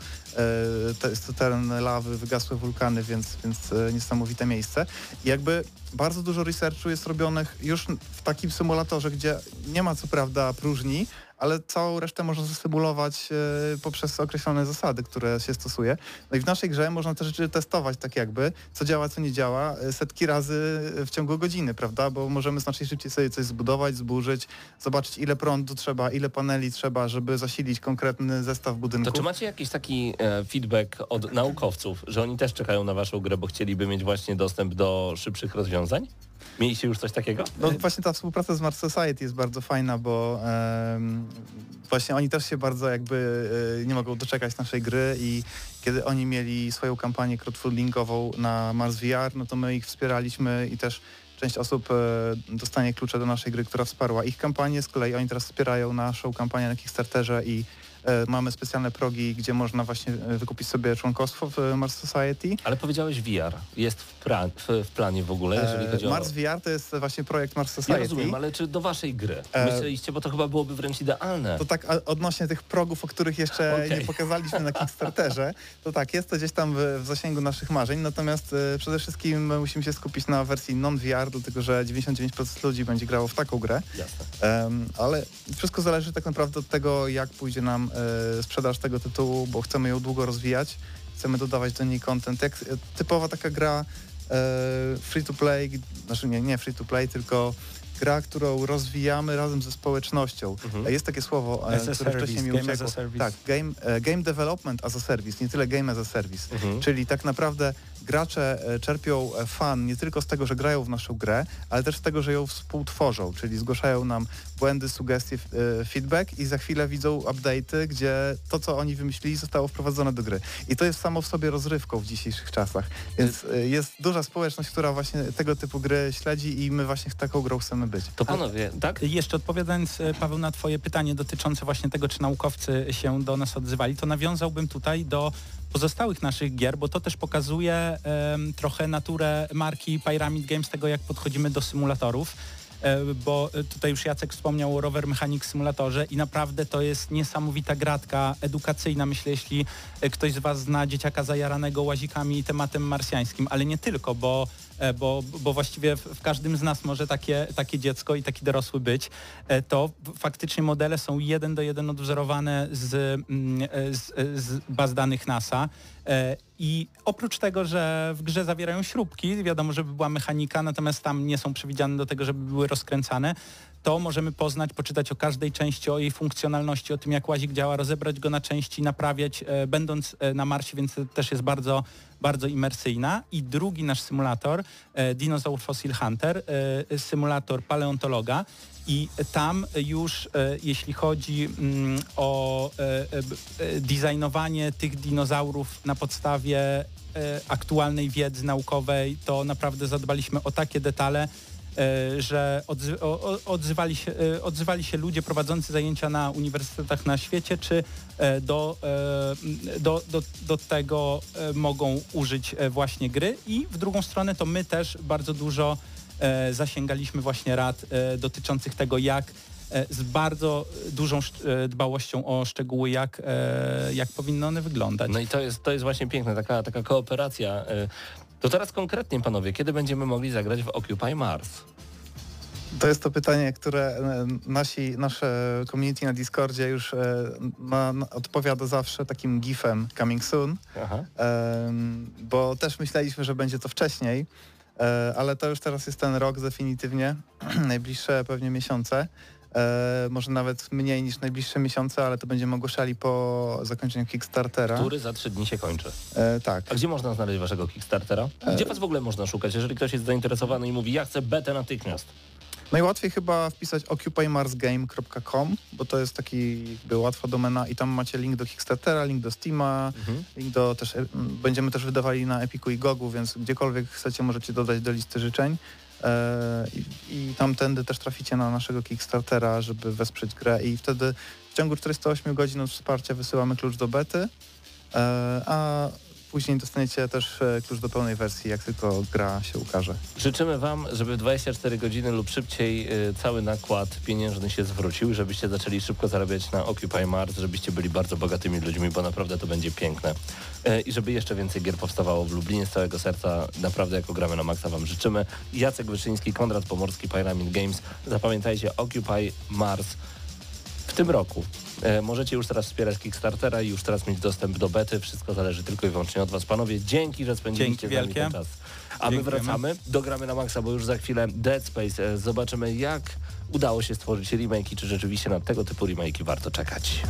e, to jest to teren lawy, wygasłe wulkany, więc, więc e, niesamowite miejsce. I jakby bardzo dużo researchu jest robionych już w takim symulatorze, gdzie nie ma co prawda próżni, ale całą resztę można zasymulować e, poprzez określone zasady, które się stosuje. No i w naszej grze można te rzeczy testować tak jakby, co działa, co nie działa, e, setki razy w ciągu godziny, prawda? Bo możemy znacznie szybciej sobie coś zbudować, zburzyć, zobaczyć ile prądu trzeba, ile paneli trzeba, żeby zasilić konkretny zestaw To budynków. czy macie jakiś taki e, feedback od naukowców, że oni też czekają na waszą grę, bo chcieliby mieć właśnie dostęp do szybszych rozwiązań? Mieliście już coś takiego? No właśnie ta współpraca z Mars Society jest bardzo fajna, bo em, właśnie oni też się bardzo jakby e, nie mogą doczekać naszej gry i kiedy oni mieli swoją kampanię crowdfundingową na Mars V R, no to my ich wspieraliśmy i też część osób e, dostanie klucze do naszej gry, która wsparła ich kampanię. Z kolei oni teraz wspierają naszą kampanię na Kickstarterze i E, mamy specjalne progi, gdzie można właśnie e, wykupić sobie członkostwo w Mars Society. Ale powiedziałeś V R. Jest w, pra- w, w planie w ogóle, jeżeli chodzi o... Mars V R to jest właśnie projekt Mars Society. Ja rozumiem, ale czy do waszej gry myśleliście, bo to chyba byłoby wręcz idealne. To tak a, odnośnie tych progów, o których jeszcze Okay. nie pokazaliśmy na Kickstarterze, to tak, jest to gdzieś tam w, w zasięgu naszych marzeń, natomiast e, przede wszystkim musimy się skupić na wersji non-V R, dlatego że dziewięćdziesiąt dziewięć procent ludzi będzie grało w taką grę. Jasne. Um, ale wszystko zależy tak naprawdę od tego, jak pójdzie nam e, sprzedaż tego tytułu, bo chcemy ją długo rozwijać, chcemy dodawać do niej content. Jak e, typowa taka gra e, free to play, znaczy nie, nie free to play, tylko gra, którą rozwijamy razem ze społecznością. Mhm. Jest takie słowo, as które service, wcześniej mi game uciekło. as a service. Tak, game, e, game development as a service, nie tyle game as a service. Mhm. Czyli tak naprawdę gracze e, czerpią e, fan nie tylko z tego, że grają w naszą grę, ale też z tego, że ją współtworzą, czyli zgłaszają nam błędy, sugestie, e, feedback i za chwilę widzą update'y, gdzie to, co oni wymyślili, zostało wprowadzone do gry. I to jest samo w sobie rozrywką w dzisiejszych czasach. Więc e, jest duża społeczność, która właśnie tego typu gry śledzi i my właśnie taką grą chcemy być. To panowie, tak? Jeszcze odpowiadając, Paweł, na twoje pytanie dotyczące właśnie tego, czy naukowcy się do nas odzywali, to nawiązałbym tutaj do pozostałych naszych gier, bo to też pokazuje um, trochę naturę marki Pyramid Games, tego jak podchodzimy do symulatorów. Bo tutaj już Jacek wspomniał o Rover Mechanic Simulatorze i naprawdę to jest niesamowita gratka edukacyjna, myślę, jeśli ktoś z was zna dzieciaka zajaranego łazikami i tematem marsjańskim, ale nie tylko, bo, bo, bo właściwie w każdym z nas może takie, takie dziecko i taki dorosły być, to faktycznie modele są jeden do jeden odwzorowane z, z, z baz danych NASA. I oprócz tego, że w grze zawierają śrubki, wiadomo, żeby była mechanika, natomiast tam nie są przewidziane do tego, żeby były rozkręcane, to możemy poznać, poczytać o każdej części, o jej funkcjonalności, o tym, jak łazik działa, rozebrać go na części, naprawiać, e, będąc e, na Marsie, więc to też jest bardzo, bardzo imersyjna. I drugi nasz symulator, e, Dinosaur Fossil Hunter, e, symulator paleontologa. I tam już, e, jeśli chodzi mm, o e, e, designowanie tych dinozaurów na podstawie e, aktualnej wiedzy naukowej, to naprawdę zadbaliśmy o takie detale, e, że odzy- o, odzywali, się, e, odzywali się ludzie prowadzący zajęcia na uniwersytetach na świecie, czy e, do, e, do, do, do tego e, mogą użyć e, właśnie gry. I w drugą stronę to my też bardzo dużo E, zasięgaliśmy właśnie rad e, dotyczących tego, jak e, z bardzo dużą e, dbałością o szczegóły, jak, e, jak powinny one wyglądać. No i to jest, to jest właśnie piękne, taka, taka kooperacja. E, to teraz konkretnie, panowie, kiedy będziemy mogli zagrać w Occupy Mars? To jest to pytanie, które e, nasi, nasze community na Discordzie już e, na, na, odpowiada zawsze takim gifem coming soon, Aha. e, bo też myśleliśmy, że będzie to wcześniej, e, ale to już teraz jest ten rok definitywnie, najbliższe pewnie miesiące, e, może nawet mniej niż najbliższe miesiące, ale to będziemy ogłaszali po zakończeniu Kickstartera. Który za trzy dni się kończy. E, tak. A gdzie można znaleźć waszego Kickstartera? Gdzie was w ogóle można szukać, jeżeli ktoś jest zainteresowany i mówi, ja chcę betę natychmiast? Najłatwiej chyba wpisać occupy mars game kropka com, bo to jest taki jakby łatwa domena i tam macie link do Kickstartera, link do Steama, Mhm. link do też, będziemy też wydawali na Epiku i Gogu, więc gdziekolwiek chcecie możecie dodać do listy życzeń e, i, i tamtędy też traficie na naszego Kickstartera, żeby wesprzeć grę i wtedy w ciągu czterystu ośmiu godzin od wsparcia wysyłamy klucz do bety, e, a później dostaniecie też klucz do pełnej wersji, jak tylko gra się ukaże. Życzymy wam, żeby w dwadzieścia cztery godziny lub szybciej y, cały nakład pieniężny się zwrócił, żebyście zaczęli szybko zarabiać na Occupy Mars, żebyście byli bardzo bogatymi ludźmi, bo naprawdę to będzie piękne. Y, I żeby jeszcze więcej gier powstawało w Lublinie z całego serca, naprawdę jako Gramy na Maxa wam życzymy. Jacek Wyszyński, Konrad Pomorski, Pyramid Games. Zapamiętajcie, Occupy Mars w tym roku. E, możecie już teraz wspierać Kickstartera i już teraz mieć dostęp do bety. Wszystko zależy tylko i wyłącznie od was. Panowie, dzięki, że spędziliście Dzięki z nami ten wielkie. czas. A my Dziękujemy. wracamy do Gramy na Maxa, bo już za chwilę Dead Space. E, zobaczymy, jak udało się stworzyć remake i czy rzeczywiście na tego typu remake'i warto czekać.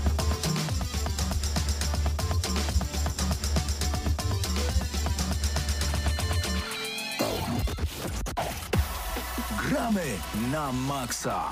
Gramy na maksa.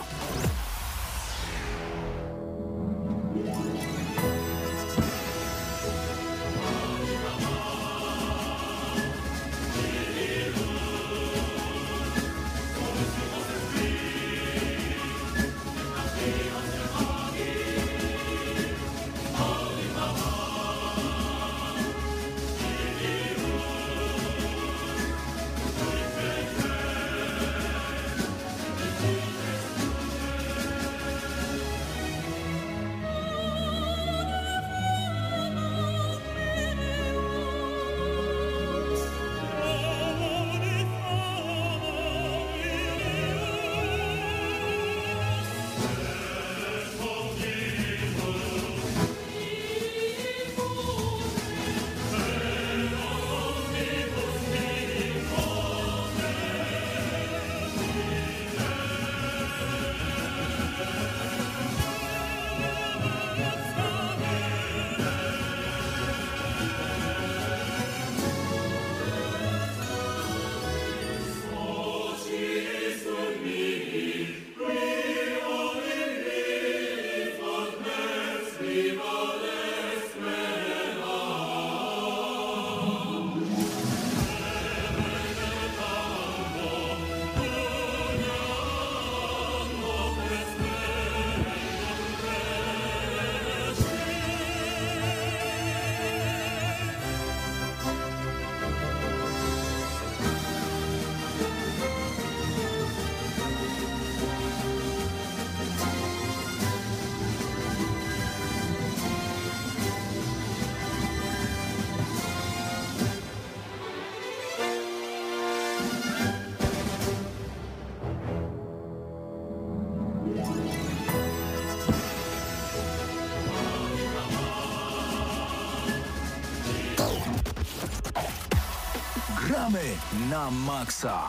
Gramy na maksa.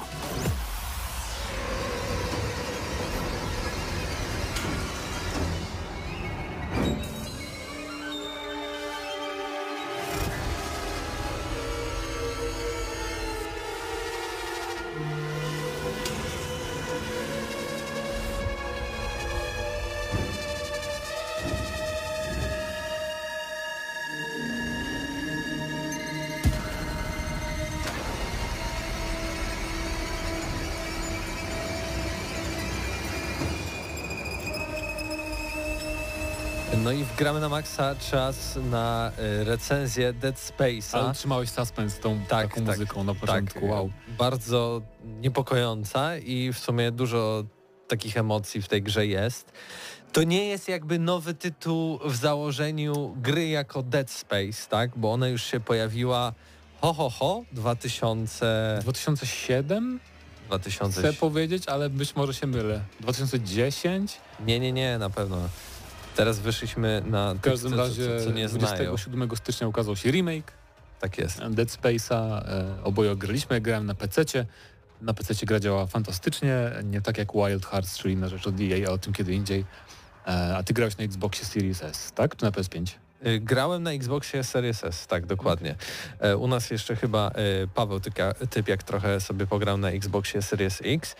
No i w Gramy na Maxa czas na y, recenzję Dead Space'a. Ale trzymałeś suspens z tą Tak, taką tak, muzyką na początku, tak, wow. Bardzo niepokojąca i w sumie dużo takich emocji w tej grze jest. To nie jest jakby nowy tytuł w założeniu gry jako Dead Space, tak? Bo ona już się pojawiła ho ho ho dwa tysiące... dwa tysiące siedem? dwa tysiące... Chcę powiedzieć, ale być może się mylę. dwa tysiące dziesięć? Nie, nie, nie, na pewno. Teraz wyszliśmy na W każdym tych, co, razie co, co nie znają. dwudziestego siódmego stycznia ukazał się remake Tak jest. Dead Space'a. E, oboje graliśmy, grałem na pececie. Na pececie gra działa fantastycznie, nie tak jak Wild Hearts, czyli na rzecz od E A, ale o tym kiedy indziej. E, a ty grałeś na Xboxie Series S, tak? Czy na P S pięć? Y, Grałem na Xboxie Series S, tak, dokładnie. E, U nas jeszcze chyba e, Paweł Tyka, Typiak trochę sobie pograł na Xboxie Series X.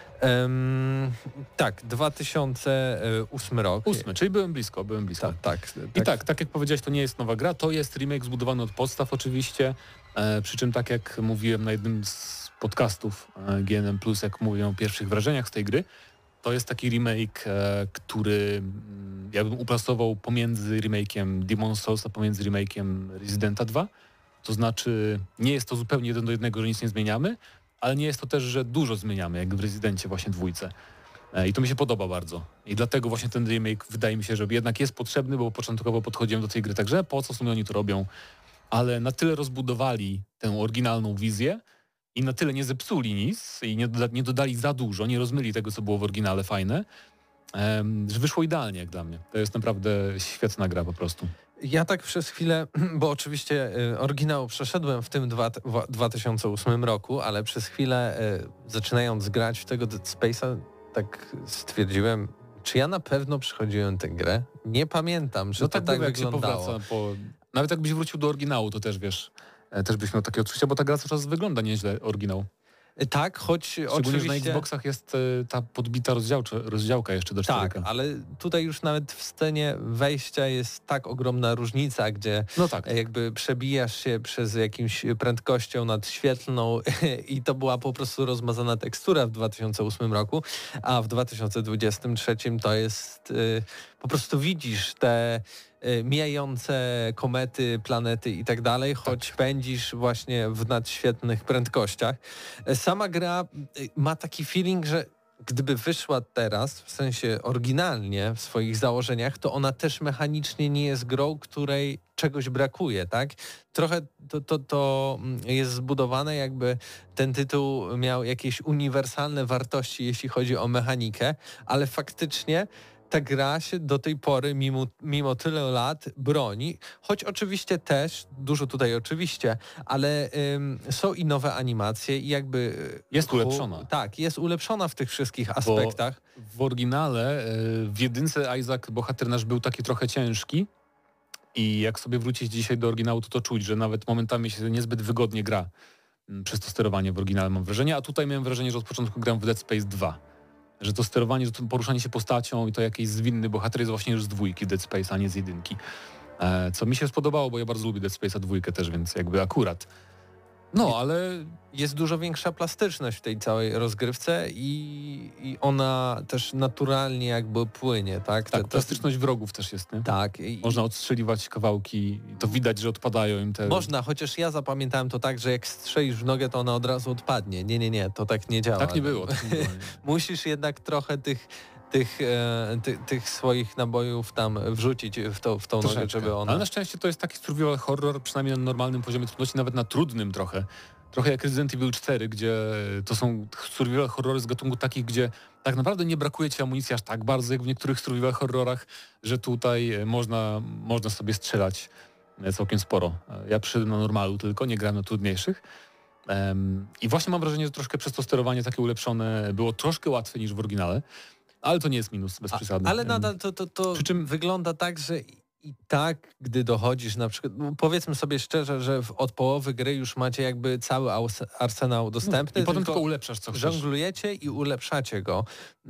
Um, tak, dwa tysiące ósmy rok. Ósmy, czyli byłem blisko, byłem blisko. Ta, tak, I tak, tak jak powiedziałeś, to nie jest nowa gra, to jest remake zbudowany od podstaw oczywiście, e, przy czym tak jak mówiłem na jednym z podcastów e, G N M plus, jak mówię o pierwszych wrażeniach z tej gry, to jest taki remake, e, który mm, ja bym uplasował pomiędzy remake'iem Demon's Souls, a pomiędzy remake'iem Residenta dwa. To znaczy nie jest to zupełnie jeden do jednego, że nic nie zmieniamy, ale nie jest to też, że dużo zmieniamy, jak w Rezydencie właśnie dwójce. E, I to mi się podoba bardzo. I dlatego właśnie ten remake wydaje mi się, że jednak jest potrzebny, bo początkowo podchodziłem do tej gry także po co w sumie oni to robią, ale na tyle rozbudowali tę oryginalną wizję i na tyle nie zepsuli nic i nie, doda nie dodali za dużo, nie rozmyli tego, co było w oryginale fajne, em, że wyszło idealnie jak dla mnie. To jest naprawdę świetna gra po prostu. Ja tak przez chwilę, bo oczywiście y, oryginał przeszedłem w tym dwa, w dwa tysiące ósmym roku, ale przez chwilę y, zaczynając grać w tego Dead Space'a, tak stwierdziłem, czy ja na pewno przechodziłem tę grę? Nie pamiętam, że No to tak, tak, bywa, jak się wyglądało. powraca po... Nawet jakbyś wrócił do oryginału, to też wiesz, e, też byś miał takie odczucia, bo ta gra cały czas wygląda nieźle, oryginał. Y, Tak, choć Szczególnie, oczywiście... że na Xboxach jest e, ta podbita rozdziałcza, rozdziałka jeszcze do cztery K. Tak, ale tutaj już nawet w scenie wejścia jest tak ogromna różnica, gdzie No tak. jakby przebijasz się przez jakimś prędkością nadświetlną i to była po prostu rozmazana tekstura w dwa tysiące ósmym roku, a w dwa tysiące dwudziestym trzecim to jest y, po prostu widzisz te y, mijające komety, planety i tak dalej, choć pędzisz właśnie w nadświetlnych prędkościach. Sama gra y, ma taki feeling, że gdyby wyszła teraz, w sensie oryginalnie w swoich założeniach, to ona też mechanicznie nie jest grą, której czegoś brakuje, tak? Trochę to, to, to jest zbudowane, jakby ten tytuł miał jakieś uniwersalne wartości, jeśli chodzi o mechanikę, ale faktycznie ta gra się do tej pory, mimo, mimo tyle lat, broni, choć oczywiście też, dużo tutaj oczywiście, ale ym, są i nowe animacje i jakby... Jest ulepszona. Tak, jest ulepszona w tych wszystkich aspektach. Bo w oryginale, e, w jedynce Isaac, bohater nasz, był taki trochę ciężki i jak sobie wrócić dzisiaj do oryginału, to to czuć, że nawet momentami się niezbyt wygodnie gra m, przez to sterowanie w oryginale, mam wrażenie, a tutaj miałem wrażenie, że od początku gram w Dead Space dwa. Że to sterowanie, że to poruszanie się postacią i to jakiś zwinny bohater jest właśnie już z dwójki Dead Space, a nie z jedynki. E, co mi się spodobało, bo ja bardzo lubię Dead Space'a dwójkę też, więc jakby akurat. No, ale... Jest dużo większa plastyczność w tej całej rozgrywce i, i ona też naturalnie jakby płynie, tak? Tak, Te- te- plastyczność wrogów też jest, nie? Tak. I, Można odstrzeliwać kawałki i to widać, że odpadają im te... Można, chociaż ja zapamiętałem to tak, że jak strzelisz w nogę, to ona od razu odpadnie. Nie, nie, nie, to tak nie działa. Tak nie było. Tak nie było. Musisz jednak trochę tych, tych, e, ty, tych swoich nabojów tam wrzucić w, to, w tą nogę, Troszeczkę. żeby ona... Ale na szczęście to jest taki survival horror, przynajmniej na normalnym poziomie trudności, nawet na trudnym trochę. Trochę jak Resident Evil cztery, gdzie to są survival horrory z gatunku takich, gdzie tak naprawdę nie brakuje ci amunicji aż tak bardzo, jak w niektórych survival horrorach, że tutaj można, można sobie strzelać całkiem sporo. Ja przyszedłem na normalu tylko, nie gram na trudniejszych. Um, I właśnie mam wrażenie, że troszkę przez to sterowanie takie ulepszone było troszkę łatwiej niż w oryginale, ale to nie jest minus, bez przesady. A, ale nadal to, to, to Przy czym wygląda tak, że i tak, gdy dochodzisz na przykład, no powiedzmy sobie szczerze, że w, od połowy gry już macie jakby cały aus- arsenał dostępny. I potem tylko tylko ulepszasz co chcesz. żonglujecie i ulepszacie go.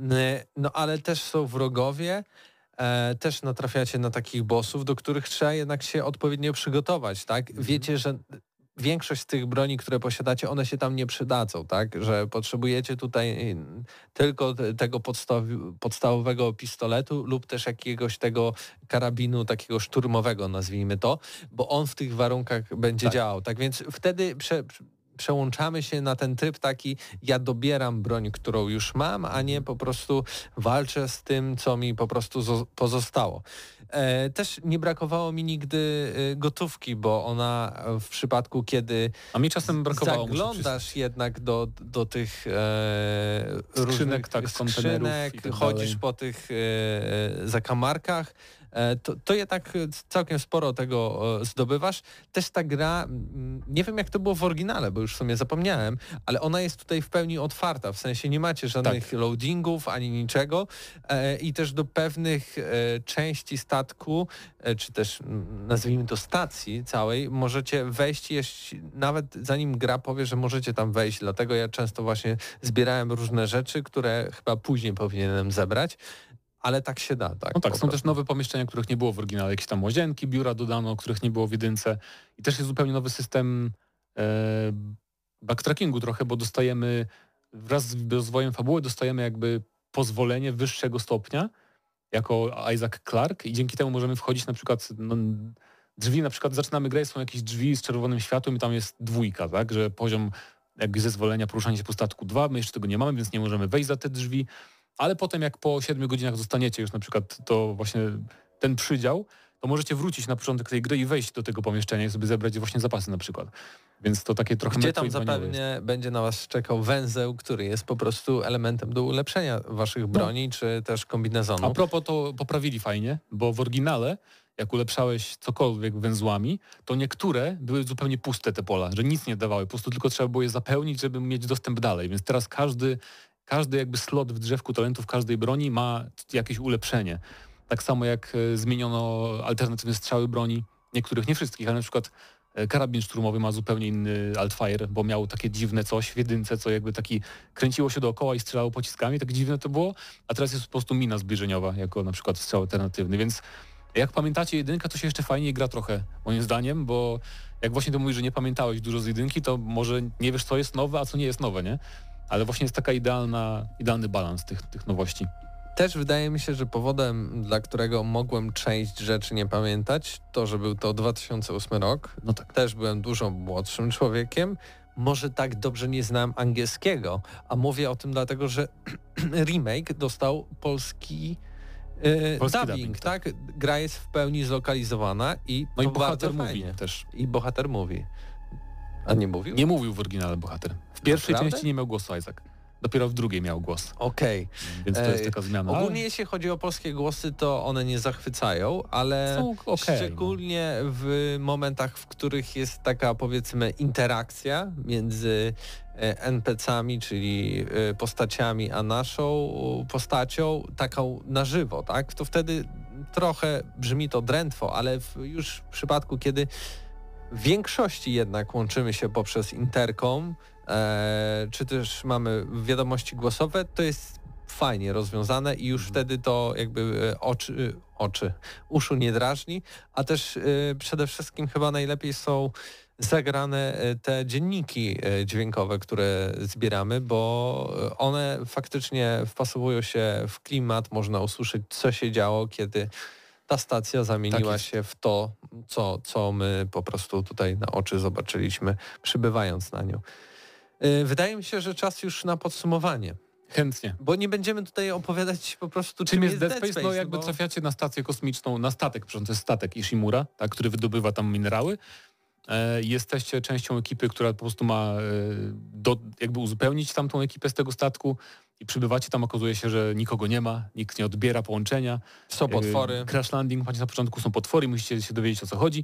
No ale też są wrogowie, e, też natrafiacie na takich bossów, do których trzeba jednak się odpowiednio przygotować, tak? Mhm. Wiecie, że większość z tych broni, które posiadacie, one się tam nie przydadzą, tak? Że potrzebujecie tutaj tylko te, tego podstaw- podstawowego pistoletu lub też jakiegoś tego karabinu takiego szturmowego, nazwijmy to, bo on w tych warunkach będzie Tak. działał. Tak więc wtedy prze, przełączamy się na ten tryb taki, ja dobieram broń, którą już mam, a nie po prostu walczę z tym, co mi po prostu zo- pozostało. E, też nie brakowało mi nigdy e, gotówki, bo ona w przypadku, kiedy A mi czasem brakowało. muszę zaglądasz jednak do, do tych e, różnych Skrzynek, tak, kontenerów skrzynek, i tak chodzisz dalej. po tych e, zakamarkach, e, to, to jednak całkiem sporo tego e, zdobywasz. Też ta gra, mm, nie wiem jak to było w oryginale, bo już w sumie zapomniałem, ale ona jest tutaj w pełni otwarta, w sensie nie macie żadnych Tak. loadingów ani niczego e, i też do pewnych e, części statku, e, czy też mm, nazwijmy to stacji całej, możecie wejść jeśli, nawet zanim gra powie, że możecie tam wejść, dlatego ja często właśnie zbierałem różne rzeczy, które chyba później powinienem zebrać, ale tak się da. Tak, No tak, po są prostu. też nowe pomieszczenia, których nie było w oryginale, jakieś tam łazienki, biura dodano, których nie było w jedynce i też jest zupełnie nowy system e, backtrackingu trochę, bo dostajemy wraz z rozwojem fabuły dostajemy jakby pozwolenie wyższego stopnia jako Isaac Clarke i dzięki temu możemy wchodzić na przykład no, drzwi, na przykład zaczynamy grę, są jakieś drzwi z czerwonym światłem i tam jest dwójka, tak, że poziom jakby zezwolenia poruszania się po statku dwa, my jeszcze tego nie mamy, więc nie możemy wejść za te drzwi, ale potem jak po siedmiu godzinach zostaniecie już na przykład to właśnie ten przydział, to możecie wrócić na początek tej gry i wejść do tego pomieszczenia i sobie zebrać właśnie zapasy na przykład. Więc to takie trochę Gdzie tam Metroidvaniowe jest. zapewne będzie na was czekał węzeł, który jest po prostu elementem do ulepszenia waszych broni, czy też kombinezonu. A propos, to poprawili fajnie, bo w oryginale jak ulepszałeś cokolwiek węzłami, to niektóre były zupełnie puste te pola, że nic nie dawały, po prostu tylko trzeba było je zapełnić, żeby mieć dostęp dalej. Więc teraz każdy, każdy jakby slot w drzewku talentów każdej broni ma jakieś ulepszenie. Tak samo jak e, zmieniono alternatywne strzały broni, niektórych, nie wszystkich, ale na przykład e, karabin szturmowy ma zupełnie inny altfire, bo miał takie dziwne coś w jedynce, co jakby taki kręciło się dookoła i strzelało pociskami, tak dziwne to było, a teraz jest po prostu mina zbliżeniowa jako na przykład strzał alternatywny, więc jak pamiętacie jedynkę, to się jeszcze fajniej gra trochę, moim zdaniem, bo jak właśnie to mówisz, że nie pamiętałeś dużo z jedynki, to może nie wiesz, co jest nowe, a co nie jest nowe, nie? Ale właśnie jest taka idealna, idealny balans tych, tych nowości. Też wydaje mi się, że powodem, dla którego mogłem część rzeczy nie pamiętać, to, że był to dwa tysiące ósmy rok. No tak. Też byłem dużo młodszym człowiekiem. Może tak dobrze nie znałem angielskiego, a mówię o tym dlatego, że remake dostał polski Yy, Polski dubbing, dubbing, tak? Gra jest w pełni zlokalizowana i No i to bohater bardzo mówi fajnie. też. I bohater mówi. A nie mówił? Nie mówił w oryginale bohater. W pierwszej Naprawdę? części nie miał głosu Isaac. Dopiero w drugiej miał głos. Okej. Więc to jest Ej, taka zmiana. Ogólnie Ale jeśli chodzi o polskie głosy, to one nie zachwycają, ale są okej, szczególnie w momentach, w których jest taka powiedzmy interakcja między e, en pe ce ami, czyli e, postaciami, a naszą postacią, taką na żywo, tak? To wtedy trochę brzmi to drętwo, ale w, już w przypadku, kiedy w większości jednak łączymy się poprzez interkom, e, czy też mamy wiadomości głosowe, to jest fajnie rozwiązane i już wtedy to jakby oczy, oczy, uszu nie drażni, a też e, przede wszystkim chyba najlepiej są zagrane te dzienniki dźwiękowe, które zbieramy, bo one faktycznie wpasowują się w klimat, można usłyszeć, co się działo, kiedy ta stacja zamieniła Tak się w to, co, co my po prostu tutaj na oczy zobaczyliśmy, przybywając na nią. Wydaje mi się, że czas już na podsumowanie. chętnie. Bo nie będziemy tutaj opowiadać po prostu, Czym jest Dead Space? No jakby bo... trafiacie na stację kosmiczną, na statek, przepraszam, to jest statek Ishimura, tak, który wydobywa tam minerały. E, jesteście częścią ekipy, która po prostu ma e, do, jakby uzupełnić tamtą ekipę z tego statku i przybywacie tam, okazuje się, że nikogo nie ma, nikt nie odbiera połączenia. Są potwory. E, crash landing, macie na początku, są potwory, musicie się dowiedzieć, o co chodzi.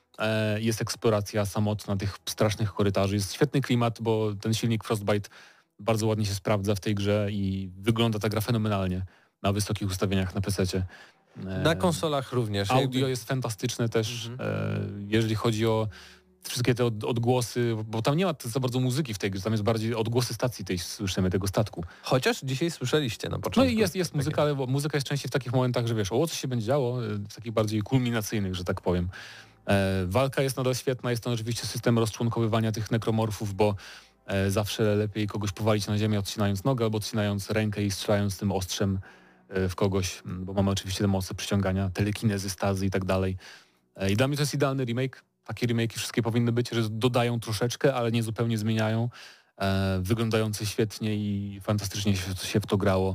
E, jest eksploracja samotna tych strasznych korytarzy. Jest świetny klimat, bo ten silnik Frostbite bardzo ładnie się sprawdza w tej grze i wygląda ta gra fenomenalnie na wysokich ustawieniach na pececie. E, Na konsolach również. Audio jakby... jest fantastyczne też, Mhm. e, jeżeli chodzi o wszystkie te od, odgłosy, bo tam nie ma za bardzo muzyki w tej grze, tam jest bardziej odgłosy stacji tej słyszymy, tego statku. Chociaż dzisiaj słyszeliście na początku. No i jest, jest takie- muzyka, ale muzyka jest częściej w takich momentach, że wiesz, o co się będzie działo, e, w takich bardziej kulminacyjnych, że tak powiem. E, walka jest nadal świetna, jest to oczywiście system rozczłonkowywania tych nekromorfów, bo e, zawsze lepiej kogoś powalić na ziemię, odcinając nogę albo odcinając rękę i strzelając tym ostrzem e, w kogoś, m, bo mamy oczywiście te moce przyciągania, telekinezy, stazy i tak dalej. E, I dla mnie to jest idealny remake. Takie remake'i wszystkie powinny być, że dodają troszeczkę, ale nie zupełnie zmieniają. E, wyglądające świetnie i fantastycznie się, się w to grało.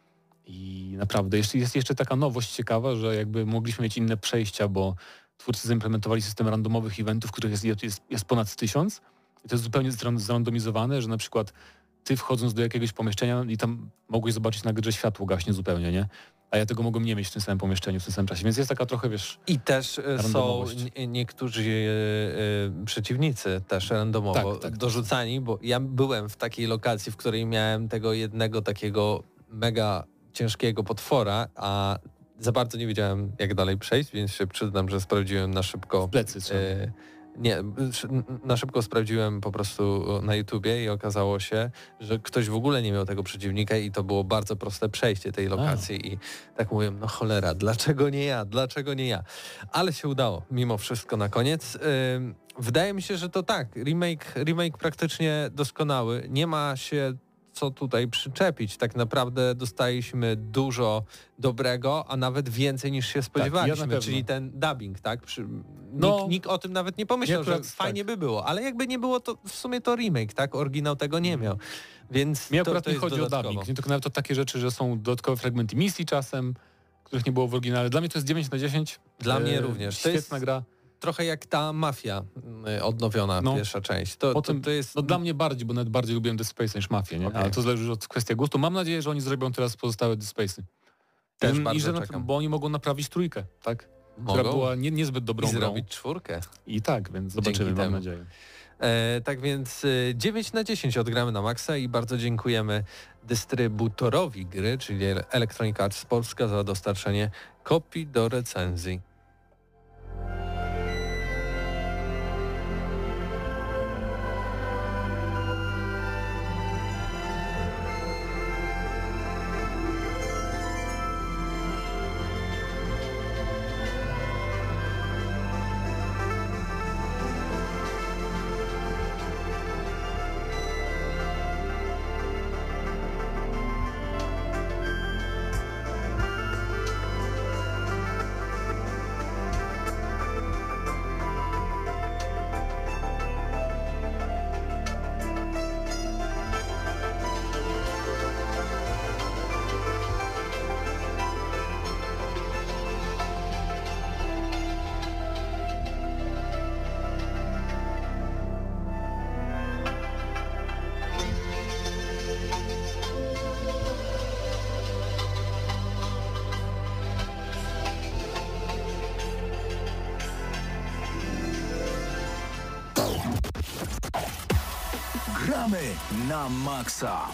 I naprawdę jeszcze, jest jeszcze taka nowość ciekawa, że jakby mogliśmy mieć inne przejścia, bo twórcy zaimplementowali system randomowych eventów, których jest, jest, jest ponad tysiąc. I to jest zupełnie zran- zrandomizowane, że na przykład ty wchodząc do jakiegoś pomieszczenia i tam mogłeś zobaczyć nagle, że światło gaśnie zupełnie, nie? A ja tego mogłem nie mieć w tym samym pomieszczeniu, w tym samym czasie. Więc jest taka trochę, wiesz... I też e, są randomowość. nie- niektórzy e, e, przeciwnicy też randomowo Tak, tak. dorzucani, bo ja byłem w takiej lokacji, w której miałem tego jednego takiego mega ciężkiego potwora, a za bardzo nie wiedziałem, jak dalej przejść, więc się przyznam, że sprawdziłem na szybko. Plecy trzeba. E, nie, sz- na szybko sprawdziłem po prostu na YouTubie i okazało się, że ktoś w ogóle nie miał tego przeciwnika i to było bardzo proste przejście tej lokacji i tak mówię, no cholera, dlaczego nie ja, dlaczego nie ja? Ale się udało, mimo wszystko na koniec. Ym, Wydaje mi się, że to tak, remake, remake praktycznie doskonały, nie ma się co tutaj przyczepić. Tak naprawdę dostaliśmy dużo dobrego, a nawet więcej niż się spodziewaliśmy, pewno. czyli ten dubbing, tak? Przy, No, nikt, nikt o tym nawet nie pomyślał, nie, że akurat fajnie tak. by było, ale jakby nie było, to w sumie to remake, tak? Oryginał tego nie miał. Więc Mnie to, akurat to nie jest chodzi dodatkowo. o dubbing, nie tylko nawet o takie rzeczy, że są dodatkowe fragmenty misji czasem, których nie było w oryginale. Dla mnie to jest dziewięć na dziesięć. Dla E, mnie również. To Świetna jest gra. trochę jak ta Mafia y, odnowiona, No. pierwsza część. To, Potem, to, to jest... No dla mnie bardziej, bo nawet bardziej lubiłem Dead Space niż Mafię, nie? Okej. Ale to zależy od kwestii gustu. Mam nadzieję, że oni zrobią teraz pozostałe Dead Space'y. Też I bardzo że na, czekam. bo oni mogą naprawić trójkę, tak? Mogą Która była nie, niezbyt i dobrą grą. zrobić czwórkę. I tak, więc zobaczymy, Dzięki mam temu. nadzieję. E, tak więc y, dziewięć na dziesięć odgramy na maksa i bardzo dziękujemy dystrybutorowi gry, czyli Electronic Arts Polska, za dostarczenie kopii do recenzji. Gramy na maksa.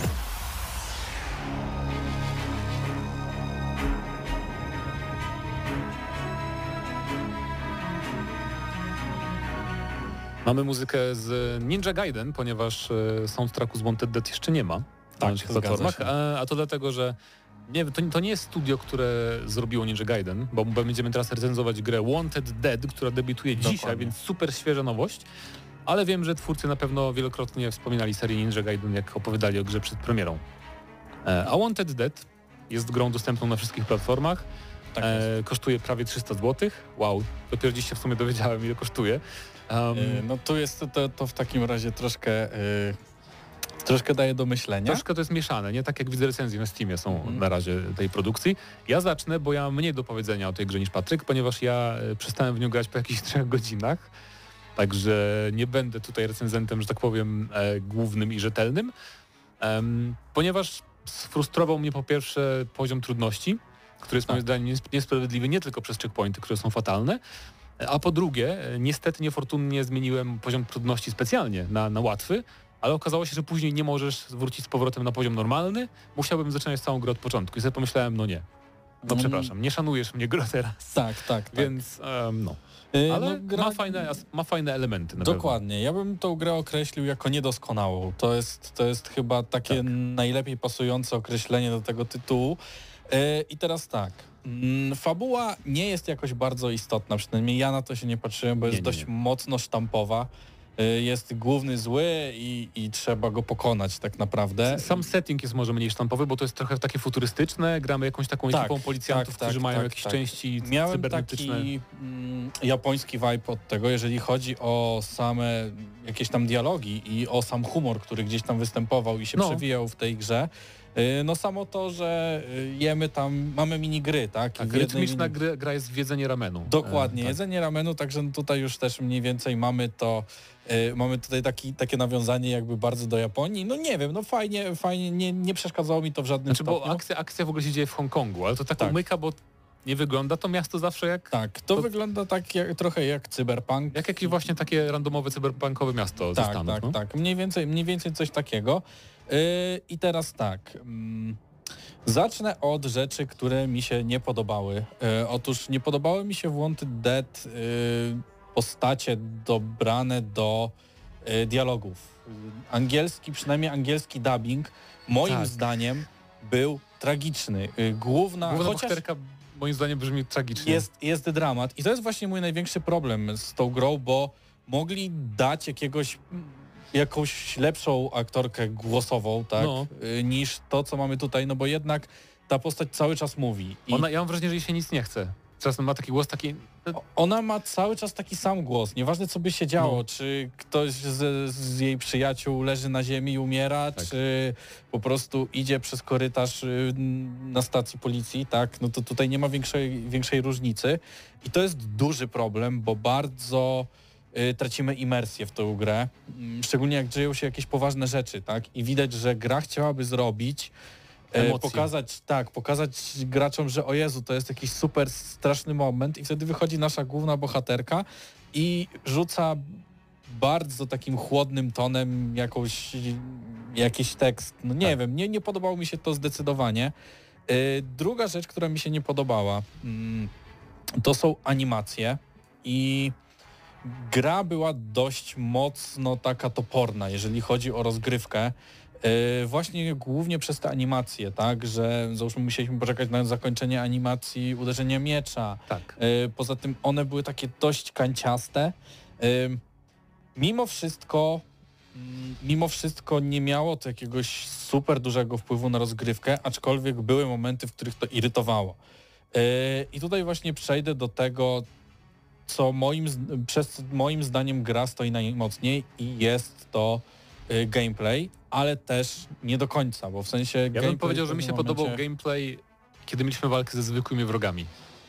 Mamy muzykę z Ninja Gaiden, ponieważ e, soundtracku z Wanted Dead jeszcze nie ma. Tak, na naszych zgadza platformach, się. a, a to dlatego, że nie, to, to nie jest studio, które zrobiło Ninja Gaiden, bo będziemy teraz recenzować grę Wanted Dead, która debiutuje dzisiaj, Dokładnie. więc super świeża nowość. Ale wiem, że twórcy na pewno wielokrotnie wspominali serię Ninja Gaiden, jak opowiadali o grze przed premierą. E, a Wanted Dead jest grą dostępną na wszystkich platformach. Tak e, jest. kosztuje prawie trzysta złotych. Wow, dopiero dziś się w sumie dowiedziałem, ile kosztuje. Um, Y, No tu jest to, to w takim razie troszkę y, troszkę daje do myślenia. Troszkę to jest mieszane, nie? Tak jak widzę recenzje na Steamie są Mhm. na razie tej produkcji. Ja zacznę, bo ja mam mniej do powiedzenia o tej grze niż Patryk, ponieważ ja e, przestałem w nią grać po jakichś trzech godzinach. Także nie będę tutaj recenzentem, że tak powiem, e, głównym i rzetelnym. Em, ponieważ sfrustrował mnie po pierwsze poziom trudności, który jest moim Tak. zdaniem nies- niesprawiedliwy nie tylko przez checkpointy, które są fatalne, A po drugie, niestety niefortunnie zmieniłem poziom trudności specjalnie na, na łatwy, ale okazało się, że później nie możesz wrócić z powrotem na poziom normalny. Musiałbym zaczynać całą grę od początku i sobie pomyślałem, no nie. No Mm. przepraszam, nie szanujesz mnie gro teraz. Tak, tak, tak. Więc um, no. Yy, Ale no, gra... ma, fajne, ma fajne elementy. Na Dokładnie. Ja bym tą grę określił jako niedoskonałą. To jest, to jest chyba takie Tak. najlepiej pasujące określenie do tego tytułu. Yy, I teraz tak. Mm, Fabuła nie jest jakoś bardzo istotna, przynajmniej ja na to się nie patrzyłem, bo Nie, jest nie, dość nie. mocno sztampowa. Yy, Jest główny zły i, i trzeba go pokonać tak naprawdę. Sam setting jest może mniej sztampowy, bo to jest trochę takie futurystyczne. Gramy jakąś taką Tak, ekipą policjantów, tak, którzy tak, mają tak, jakieś tak. części Miałem cybernetyczne. taki mm, japoński vibe od tego, jeżeli chodzi o same jakieś tam dialogi i o sam humor, który gdzieś tam występował i się No. przewijał w tej grze. Y, No samo to, że y, jemy tam, mamy minigry, tak? I Tak, w jednej rytmiczna mini- gra, gra jest w jedzenie ramenu. Dokładnie, E, tak. jedzenie ramenu, także tutaj już też mniej więcej mamy to, y, mamy tutaj taki, takie nawiązanie jakby bardzo do Japonii. No nie wiem, no fajnie, fajnie, nie, nie przeszkadzało mi to w żadnym Znaczy, bo stopniu. akcja, akcja w ogóle się dzieje w Hongkongu, ale to tak, Tak. umyka, bo nie wygląda to miasto zawsze jak, Tak, to, to- wygląda tak jak, trochę jak cyberpunk. jak jakieś właśnie takie randomowe cyberpunkowe miasto ze Tak, Stanów. tak, no? tak. Mniej więcej, mniej więcej coś takiego. Yy, I teraz tak. mm, Zacznę od rzeczy, które mi się nie podobały. Yy, otóż nie podobały mi się w Wanted Dead yy, postacie dobrane do yy, dialogów. Yy, Angielski, przynajmniej angielski dubbing, moim Tak. zdaniem był tragiczny. Yy, Główna, Główna chociaż bohaterka moim zdaniem brzmi tragicznie. jest, jest dramat. I to jest właśnie mój największy problem z tą grą, bo mogli dać jakiegoś jakąś lepszą aktorkę głosową, tak, No. y, niż to, co mamy tutaj, no bo jednak ta postać cały czas mówi. I Ona, ja mam wrażenie, że jej się nic nie chce. Czasem ma taki głos taki... ona ma cały czas taki sam głos. Nieważne, co by się działo, No. czy ktoś z, z jej przyjaciół leży na ziemi i umiera, Tak. czy po prostu idzie przez korytarz y, na stacji policji, tak, no to tutaj nie ma większej, większej różnicy. I to jest duży problem, bo bardzo y, tracimy imersję w tę grę, mm, szczególnie jak dzieją się jakieś poważne rzeczy, tak, i widać, że gra chciałaby zrobić e, Emocje. pokazać, tak, pokazać graczom, że o Jezu, to jest jakiś super straszny moment i wtedy wychodzi nasza główna bohaterka i rzuca bardzo takim chłodnym tonem jakąś, jakiś tekst. No nie Tak. wiem, nie, nie podobało mi się to zdecydowanie. E, druga rzecz, która mi się nie podobała, mm, to są animacje i gra była dość mocno taka toporna, jeżeli chodzi o rozgrywkę. Yy, właśnie głównie przez te animacje, tak, że załóżmy musieliśmy poczekać na zakończenie animacji uderzenia miecza. Tak. Yy, poza tym one były takie dość kanciaste. Yy, mimo wszystko mm, mimo wszystko nie miało to jakiegoś super dużego wpływu na rozgrywkę, aczkolwiek były momenty, w których to irytowało. Yy, I tutaj właśnie przejdę do tego, co moim, z- przez moim zdaniem gra stoi najmocniej i jest to y, gameplay, ale też nie do końca, bo w sensie Ja gameplay bym powiedział, w że mi się pewnym podobał momencie- gameplay, kiedy mieliśmy walkę ze zwykłymi wrogami.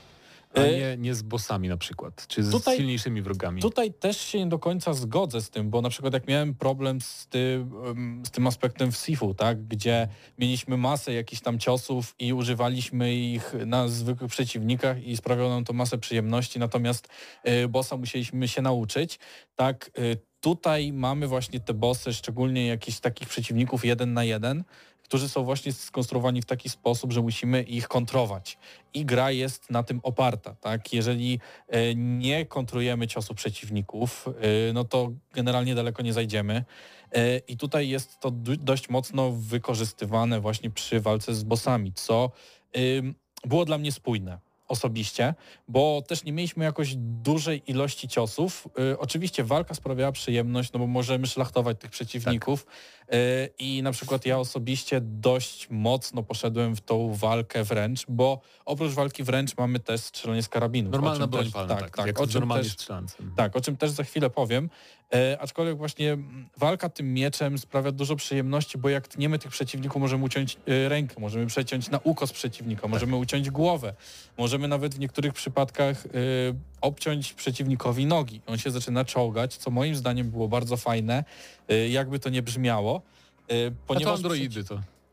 A E, nie, nie z bossami na przykład, czy z Tutaj- silniejszymi wrogami. Tutaj też się nie do końca zgodzę z tym, bo na przykład jak miałem problem z tym, em, z tym aspektem w Sifu, tak, gdzie mieliśmy masę jakichś tam ciosów i używaliśmy ich na zwykłych przeciwnikach i sprawiało nam to masę przyjemności, natomiast y, bossa musieliśmy się nauczyć, tak, y, tutaj mamy właśnie te bossy, szczególnie jakichś takich przeciwników jeden na jeden, którzy są właśnie skonstruowani w taki sposób, że musimy ich kontrować. I gra jest na tym oparta, tak? Jeżeli e, nie kontrujemy ciosu przeciwników, e, no to generalnie daleko nie zajdziemy. E, I tutaj jest to du- dość mocno wykorzystywane właśnie przy walce z bossami, co ym, było dla mnie spójne osobiście, bo też nie mieliśmy jakoś dużej ilości ciosów. Y, oczywiście walka sprawiała przyjemność, no bo możemy szlachtować tych przeciwników y, i na przykład ja osobiście dość mocno poszedłem w tą walkę wręcz, bo oprócz walki wręcz mamy też strzelanie z karabinów. o Normalna czym broń też, palna, tak, tak, tak, jak o z czym normalnie też, strzelancem. tak, o czym też za chwilę powiem. E, aczkolwiek właśnie mm, walka tym mieczem sprawia dużo przyjemności, bo jak tniemy tych przeciwników, możemy uciąć e, rękę, możemy przeciąć na ukos przeciwnika, możemy uciąć głowę, możemy nawet w niektórych przypadkach e, obciąć przeciwnikowi nogi. On się zaczyna czołgać, co moim zdaniem było bardzo fajne, e, jakby to nie brzmiało. E, A to ponieważ androidy to.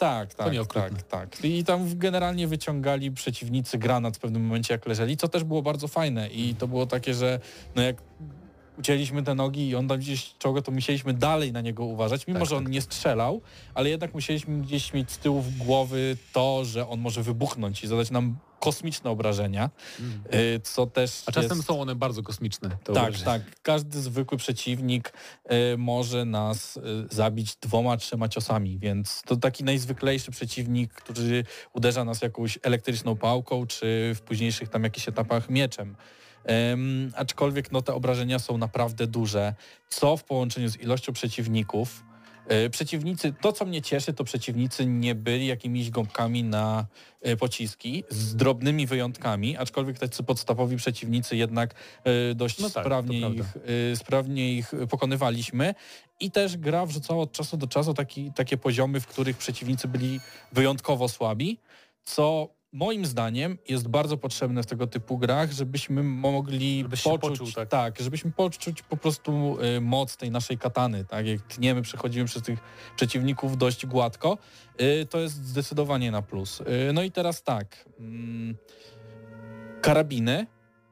Tak, tak, nieokrutne. tak, tak. I tam generalnie wyciągali przeciwnicy granat w pewnym momencie, jak leżeli, co też było bardzo fajne i to było takie, że no jak ucięliśmy te nogi i on tam gdzieś czołga, to musieliśmy dalej na niego uważać, mimo Tak, że on tak. nie strzelał, ale jednak musieliśmy gdzieś mieć z tyłu w głowy to, że on może wybuchnąć i zadać nam kosmiczne obrażenia, Mm. y, co też A czasem jest... są one bardzo kosmiczne. To Tak, obrażenia. tak. Każdy zwykły przeciwnik y, może nas y, zabić dwoma, trzema ciosami, więc to taki najzwyklejszy przeciwnik, który uderza nas jakąś elektryczną pałką, czy w późniejszych tam jakichś etapach mieczem. Ym, aczkolwiek no, te obrażenia są naprawdę duże, co w połączeniu z ilością przeciwników, y, przeciwnicy, to co mnie cieszy, to przeciwnicy nie byli jakimiś gąbkami na y, pociski, z drobnymi wyjątkami, aczkolwiek tacy podstawowi przeciwnicy jednak y, dość No tak, sprawnie, to ich, y, sprawnie ich pokonywaliśmy i też gra wrzucała od czasu do czasu taki, takie poziomy, w których przeciwnicy byli wyjątkowo słabi, co moim zdaniem jest bardzo potrzebne w tego typu grach, żebyśmy mogli Żebyś się poczuć, poczuł, tak. tak, żebyśmy poczuć po prostu y, moc tej naszej katany, tak, jak tniemy, przechodzimy przez tych przeciwników dość gładko, y, to jest zdecydowanie na plus. Y, no i teraz tak, mm, karabiny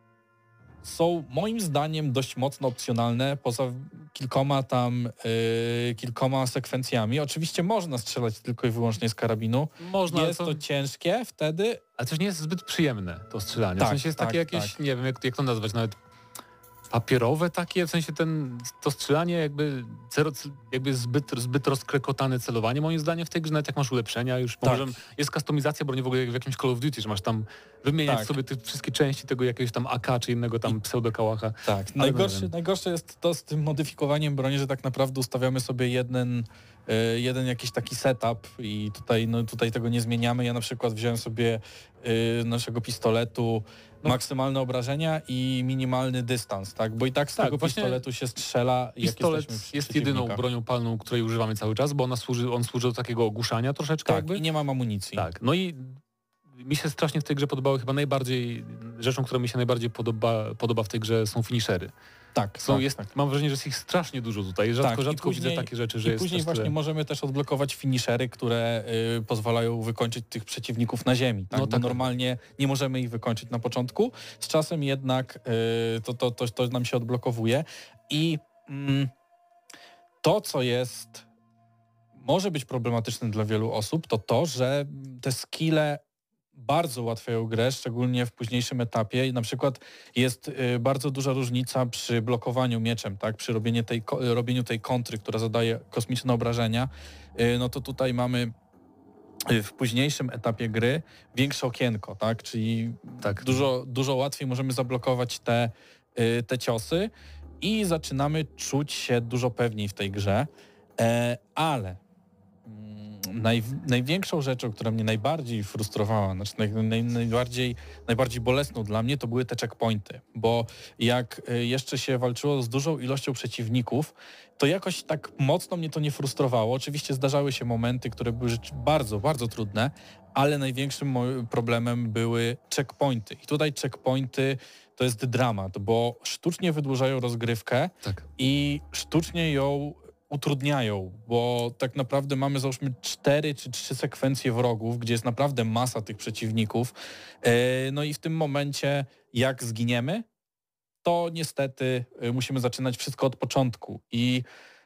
są moim zdaniem dość mocno opcjonalne, poza kilkoma tam, y, kilkoma sekwencjami. Oczywiście można strzelać tylko i wyłącznie z karabinu. Można, Jest ale to to, ciężkie wtedy. ale też nie jest zbyt przyjemne to strzelanie. Tak, w sensie jest tak, takie jakieś, tak. nie wiem jak, jak to nazwać, nawet papierowe takie, w sensie ten, to strzelanie jakby, zero, jakby zbyt, zbyt rozkrekotane celowanie moim zdaniem w tej grze, nawet jak masz ulepszenia już, Tak. może jest kustomizacja broni w ogóle jak w jakimś Call of Duty, że masz tam wymieniać Tak. sobie te wszystkie części tego jakiegoś tam A K czy innego tam pseudokałacha. Tak, Ale najgorsze, no wiem. najgorsze jest to z tym modyfikowaniem broni, że tak naprawdę ustawiamy sobie jeden, y, jeden jakiś taki setup i tutaj, no, tutaj tego nie zmieniamy. Ja na przykład wziąłem sobie y, naszego pistoletu No. maksymalne obrażenia i minimalny dystans, tak? Bo i tak z Tak, tego właśnie pistoletu się strzela, jak Pistolet jesteśmy przy jest jedyną przeciwnikach. bronią palną, której używamy cały czas, bo ona służy, on służy do takiego ogłuszania troszeczkę Tak, jakby. i nie mam amunicji. Tak, no i mi się strasznie w tej grze podobały chyba najbardziej, rzeczą, która mi się najbardziej podoba, podoba w tej grze są finishery. Tak, Są, tak, jest, tak. Mam wrażenie, że jest ich strasznie dużo tutaj. Rzadko, Tak, i rzadko później- widzę takie rzeczy, że I jest później też właśnie tyle. możemy też odblokować finishery, które y, pozwalają wykończyć tych przeciwników na ziemi. Tak? No Bo tak. normalnie nie możemy ich wykończyć na początku. Z czasem jednak y, to, to, to, to nam się odblokowuje. I mm, to, co jest może być problematyczne dla wielu osób, to to, że te skille bardzo ułatwiają grę, szczególnie w późniejszym etapie. Na przykład jest y, bardzo duża różnica przy blokowaniu mieczem, tak? Przy robieniu tej, ko- robieniu tej kontry, która zadaje kosmiczne obrażenia. Y, no to tutaj mamy y, w późniejszym etapie gry większe okienko, tak? Czyli Tak. dużo, dużo łatwiej możemy zablokować te, y, te ciosy i zaczynamy czuć się dużo pewniej w tej grze. E, ale Naj, największą rzeczą, która mnie najbardziej frustrowała, znaczy naj, naj, najbardziej, najbardziej bolesną dla mnie, to były te checkpointy, bo jak y, jeszcze się walczyło z dużą ilością przeciwników, to jakoś tak mocno mnie to nie frustrowało. Oczywiście zdarzały się momenty, które były rzecz bardzo, bardzo trudne, ale największym moim problemem były checkpointy. I tutaj checkpointy to jest dramat, bo sztucznie wydłużają rozgrywkę Tak. i sztucznie ją utrudniają, bo tak naprawdę mamy załóżmy cztery czy trzy sekwencje wrogów, gdzie jest naprawdę masa tych przeciwników. No i w tym momencie, jak zginiemy, to niestety musimy zaczynać wszystko od początku. I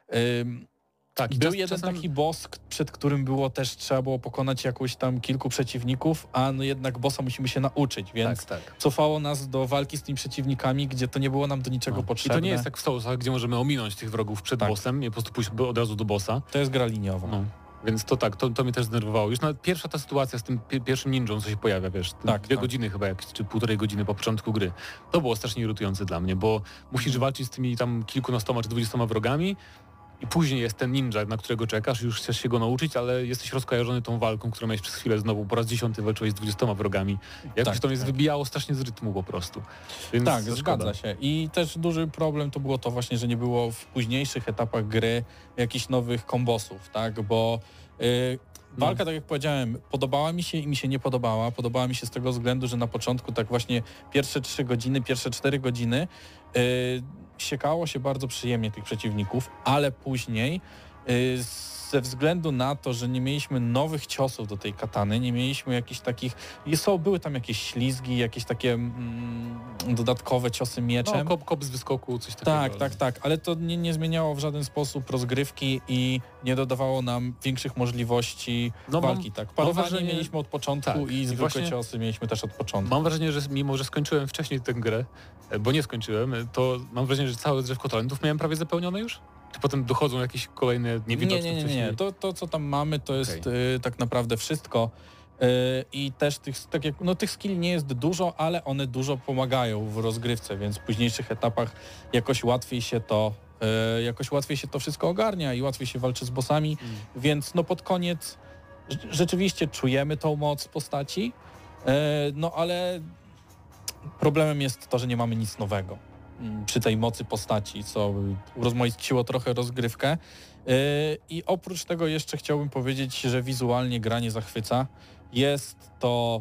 Tak, i był czas- jeden czasem- taki boss, k- przed którym było też trzeba było pokonać jakoś tam kilku przeciwników, a no jednak bossa musimy się nauczyć, więc Tak, tak. cofało nas do walki z tymi przeciwnikami, gdzie to nie było nam do niczego No. I potrzebne. to nie jest jak w Soulsach, gdzie możemy ominąć tych wrogów przed Tak. bossem i po prostu pójść od razu do bossa. To jest gra liniowa. No. Więc to tak, to, to mnie też zdenerwowało. Już nawet pierwsza ta sytuacja z tym pi- pierwszym ninją, co się pojawia, wiesz, Tak, dwie tak. godziny chyba, jak, czy półtorej godziny po początku gry. To było strasznie irytujące dla mnie, bo musisz Mhm. walczyć z tymi tam kilkunastoma czy dwudziestoma wrogami i później jest ten ninja, na którego czekasz, już chcesz się go nauczyć, ale jesteś rozkojarzony tą walką, którą miałeś przez chwilę znowu, po raz dziesiąty walczyłeś z dwudziestoma wrogami. Jakoś Tak, to mnie tak. wybijało strasznie z rytmu po prostu. Więc Tak, szkoda. zgadza się. I też duży problem to było to właśnie, że nie było w późniejszych etapach gry jakichś nowych kombosów, tak, bo yy, walka, tak jak powiedziałem, podobała mi się i mi się nie podobała. Podobała mi się z tego względu, że na początku tak właśnie pierwsze trzy godziny, pierwsze cztery godziny yy, siekało się bardzo przyjemnie tych przeciwników, ale później y, ze względu na to, że nie mieliśmy nowych ciosów do tej katany, nie mieliśmy jakichś takich, są, były tam jakieś ślizgi, jakieś takie mm, dodatkowe ciosy mieczem. No, kop, kop z wyskoku, coś takiego. Tak, tak, tak, ale to nie, nie zmieniało w żaden sposób rozgrywki i nie dodawało nam większych możliwości no, walki. Mam, tak. Parowanie wrażenie... mieliśmy od początku tak, i zwykłe właśnie... ciosy mieliśmy też od początku. Mam wrażenie, że mimo, że skończyłem wcześniej tę grę, bo nie skończyłem, to mam wrażenie, że całe drzewko talentów miałem prawie zapełnione już? Czy potem dochodzą jakieś kolejne niewidoczne Nie, nie, nie, wcześniej? nie. To, to co tam mamy, to jest Okay. y, tak naprawdę wszystko. Y, I też tych, tak jak, no, tych skilli nie jest dużo, ale one dużo pomagają w rozgrywce, więc w późniejszych etapach jakoś łatwiej się to y, jakoś łatwiej się to wszystko ogarnia i łatwiej się walczy z bossami, mm. więc no pod koniec rzeczywiście czujemy tą moc postaci, y, no ale problemem jest to, że nie mamy nic nowego przy tej mocy postaci, co urozmaiciło trochę rozgrywkę. I oprócz tego jeszcze chciałbym powiedzieć, że wizualnie gra nie zachwyca. Jest to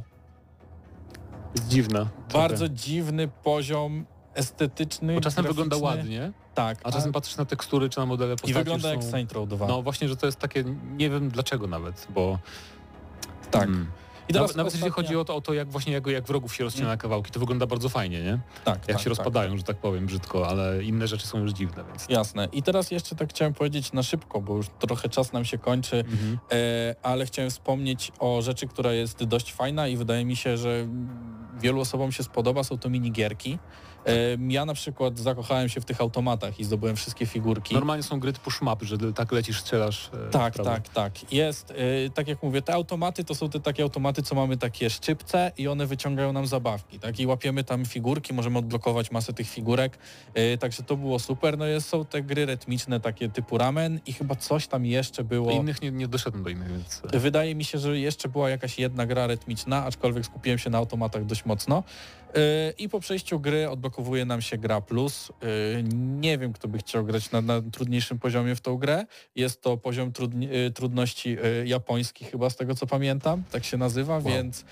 jest dziwna. Bardzo trochę. dziwny poziom estetyczny, bo czasem graficzny. wygląda ładnie, tak, a czasem a... patrzysz na tekstury czy na modele postaci. I wygląda są... jak Saints Row dwa. No właśnie, że to jest takie, nie wiem dlaczego nawet, bo... Tak. Hmm. I teraz nawet nawet ostatnia... jeśli chodzi o to, o to jak właśnie jak, jak wrogów się rozcina na kawałki, to wygląda bardzo fajnie, nie? Tak, jak tak, się tak, rozpadają, tak. że tak powiem brzydko, ale inne rzeczy są już dziwne, więc... Jasne. I teraz jeszcze tak chciałem powiedzieć na szybko, bo już trochę czas nam się kończy, mhm. e, ale chciałem wspomnieć o rzeczy, która jest dość fajna i wydaje mi się, że wielu osobom się spodoba, są to minigierki. E, ja na przykład zakochałem się w tych automatach i zdobyłem wszystkie figurki. Normalnie są gry typu szmap, że tak lecisz, strzelasz. E, tak, tak, tak. Jest, e, tak jak mówię, te automaty to są te takie automaty, co mamy takie szczypce i one wyciągają nam zabawki, tak? I łapiemy tam figurki, możemy odblokować masę tych figurek, e, także to było super. No jest, są te gry rytmiczne takie typu ramen i chyba coś tam jeszcze było. Innych nie, nie doszedłem do innych, więc... Wydaje mi się, że jeszcze była jakaś jedna gra rytmiczna, aczkolwiek skupiłem się na automatach dość mocno. I po przejściu gry odblokowuje nam się gra plus. Nie wiem, kto by chciał grać na, na trudniejszym poziomie w tą grę. Jest to poziom trudni, trudności japoński chyba, z tego co pamiętam, tak się nazywa, wow. Więc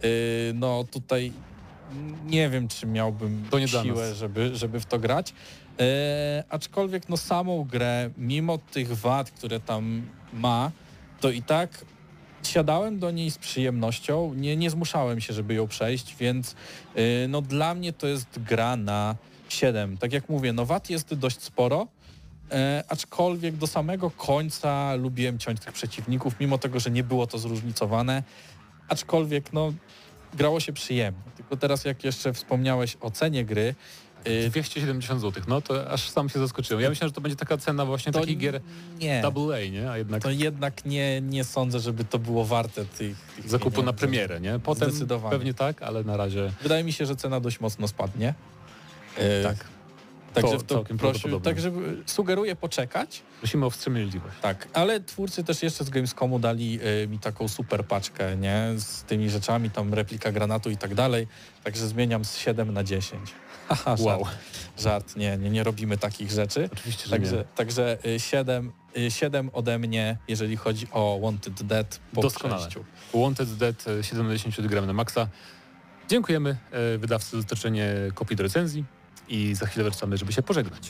no tutaj nie wiem, czy miałbym siłę, żeby, żeby w to grać. Aczkolwiek no samą grę, mimo tych wad, które tam ma, to i tak siadałem do niej z przyjemnością, nie, nie zmuszałem się, żeby ją przejść, więc yy, no dla mnie to jest gra na siedem. Tak jak mówię, no wad jest dość sporo, yy, aczkolwiek do samego końca lubiłem ciąć tych przeciwników, mimo tego, że nie było to zróżnicowane, aczkolwiek no grało się przyjemnie. Tylko teraz jak jeszcze wspomniałeś o cenie gry, dwieście siedemdziesiąt złotych, no to aż sam się zaskoczyłem. Ja myślałem, że to będzie taka cena właśnie to takich gier nie. double A, nie? A jednak... To jednak nie, nie sądzę, żeby to było warte tych, tych zakupu pieniędzy. na premierę, nie? Potem pewnie tak, ale na razie... Wydaje mi się, że cena dość mocno spadnie. Tak. Także w to prosił, także sugeruję poczekać. Prosimy o wstrzemięźliwość. Tak, ale twórcy też jeszcze z Gamescomu dali y, mi taką super paczkę, nie? Z tymi rzeczami, tam replika granatu i tak dalej. Także zmieniam z siedem na dziesięć. Haha, wow. Żart, żart. Nie, nie, nie robimy takich rzeczy. Oczywiście, że także, nie. Także siedem, siedem ode mnie, jeżeli chodzi o Wanted Dead po Doskonale. przejściu. Wanted Dead siedem na dziesięć gramy na maksa. Dziękujemy wydawcy za dostarczenie kopii do recenzji i za chwilę wracamy, żeby się pożegnać.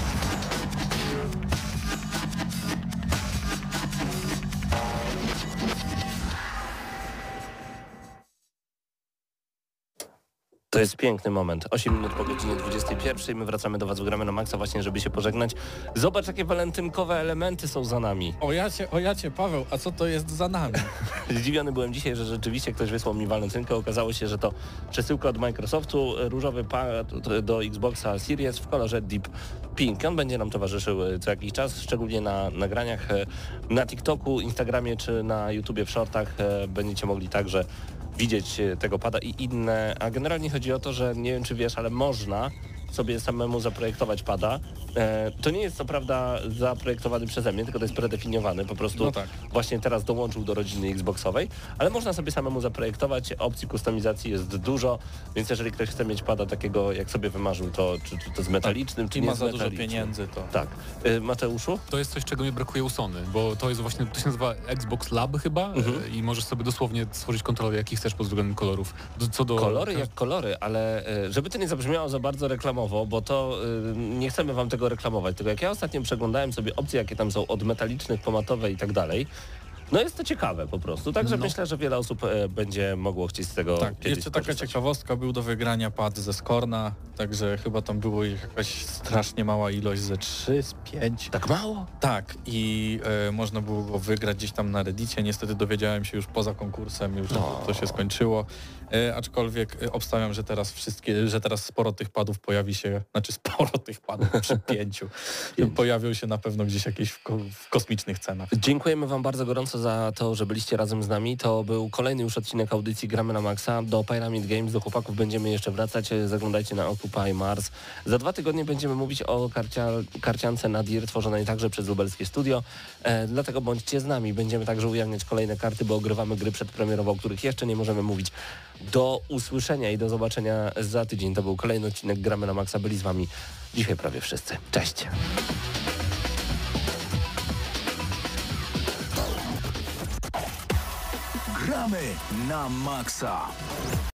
To jest piękny moment. osiem minut po godzinie dwudziestej pierwszej. My wracamy do Was w Gramy na Maxa właśnie, żeby się pożegnać. Zobacz, jakie walentynkowe elementy są za nami. O jacie, o jacie, Paweł, a co to jest za nami? Zdziwiony byłem dzisiaj, że rzeczywiście ktoś wysłał mi walentynkę. Okazało się, że to przesyłka od Microsoftu, różowy pad do Xboxa Series w kolorze Deep Pink. On będzie nam towarzyszył co jakiś czas, szczególnie na nagraniach na TikToku, Instagramie czy na YouTubie w shortach. Będziecie mogli także widzieć tego pada i inne, a generalnie chodzi o to, że nie wiem czy wiesz, ale można sobie samemu zaprojektować pada. E, to nie jest co prawda zaprojektowany przeze mnie, tylko to jest predefiniowany, po prostu no tak. Właśnie teraz dołączył do rodziny Xboxowej, ale można sobie samemu zaprojektować, opcji kustomizacji jest dużo, więc jeżeli ktoś chce mieć pada takiego, jak sobie wymarzył, to czy, czy to z metalicznym, tak. czy I nie ma z za dużo metalicznym. pieniędzy, to... Tak. E, Mateuszu? To jest coś, czego mi brakuje u Sony, bo to jest właśnie, to się nazywa Xbox Lab chyba mhm. i możesz sobie dosłownie stworzyć kontroler, jaki chcesz pod względem kolorów. Do, co do... Kolory jak kolory, ale żeby to nie zabrzmiało za bardzo reklamowo, bo to nie chcemy wam tego tego reklamować, tylko jak ja ostatnio przeglądałem sobie opcje, jakie tam są od metalicznych, pomatowe i tak dalej, no jest to ciekawe po prostu, także No. myślę, że wiele osób e, będzie mogło chcieć z tego Tak, kiedyś jeszcze taka skorzystać. ciekawostka, był do wygrania pad ze Skorna, także chyba tam było ich jakaś strasznie mała ilość, ze trzy, z pięć. Tak mało? Tak, i e, można było go wygrać gdzieś tam na Reddicie, niestety dowiedziałem się już poza konkursem, już No. to się skończyło, e, aczkolwiek e, obstawiam, że teraz wszystkie, że teraz sporo tych padów pojawi się, znaczy sporo tych padów przy pięciu, pojawią się na pewno gdzieś jakieś w, ko w kosmicznych cenach. Dziękujemy wam bardzo gorąco za to, że byliście razem z nami. To był kolejny już odcinek audycji Gramy na Maxa. Do Pyramid Games, do chłopaków będziemy jeszcze wracać. Zaglądajcie na Occupy Mars. Za dwa tygodnie będziemy mówić o karcia karciance Nadir, tworzonej także przez lubelskie studio. E, dlatego bądźcie z nami. Będziemy także ujawniać kolejne karty, bo ogrywamy gry przedpremierowe, o których jeszcze nie możemy mówić. Do usłyszenia i do zobaczenia za tydzień. To był kolejny odcinek Gramy na Maxa. Byli z wami dzisiaj prawie wszyscy. Cześć! Gramy na maksa.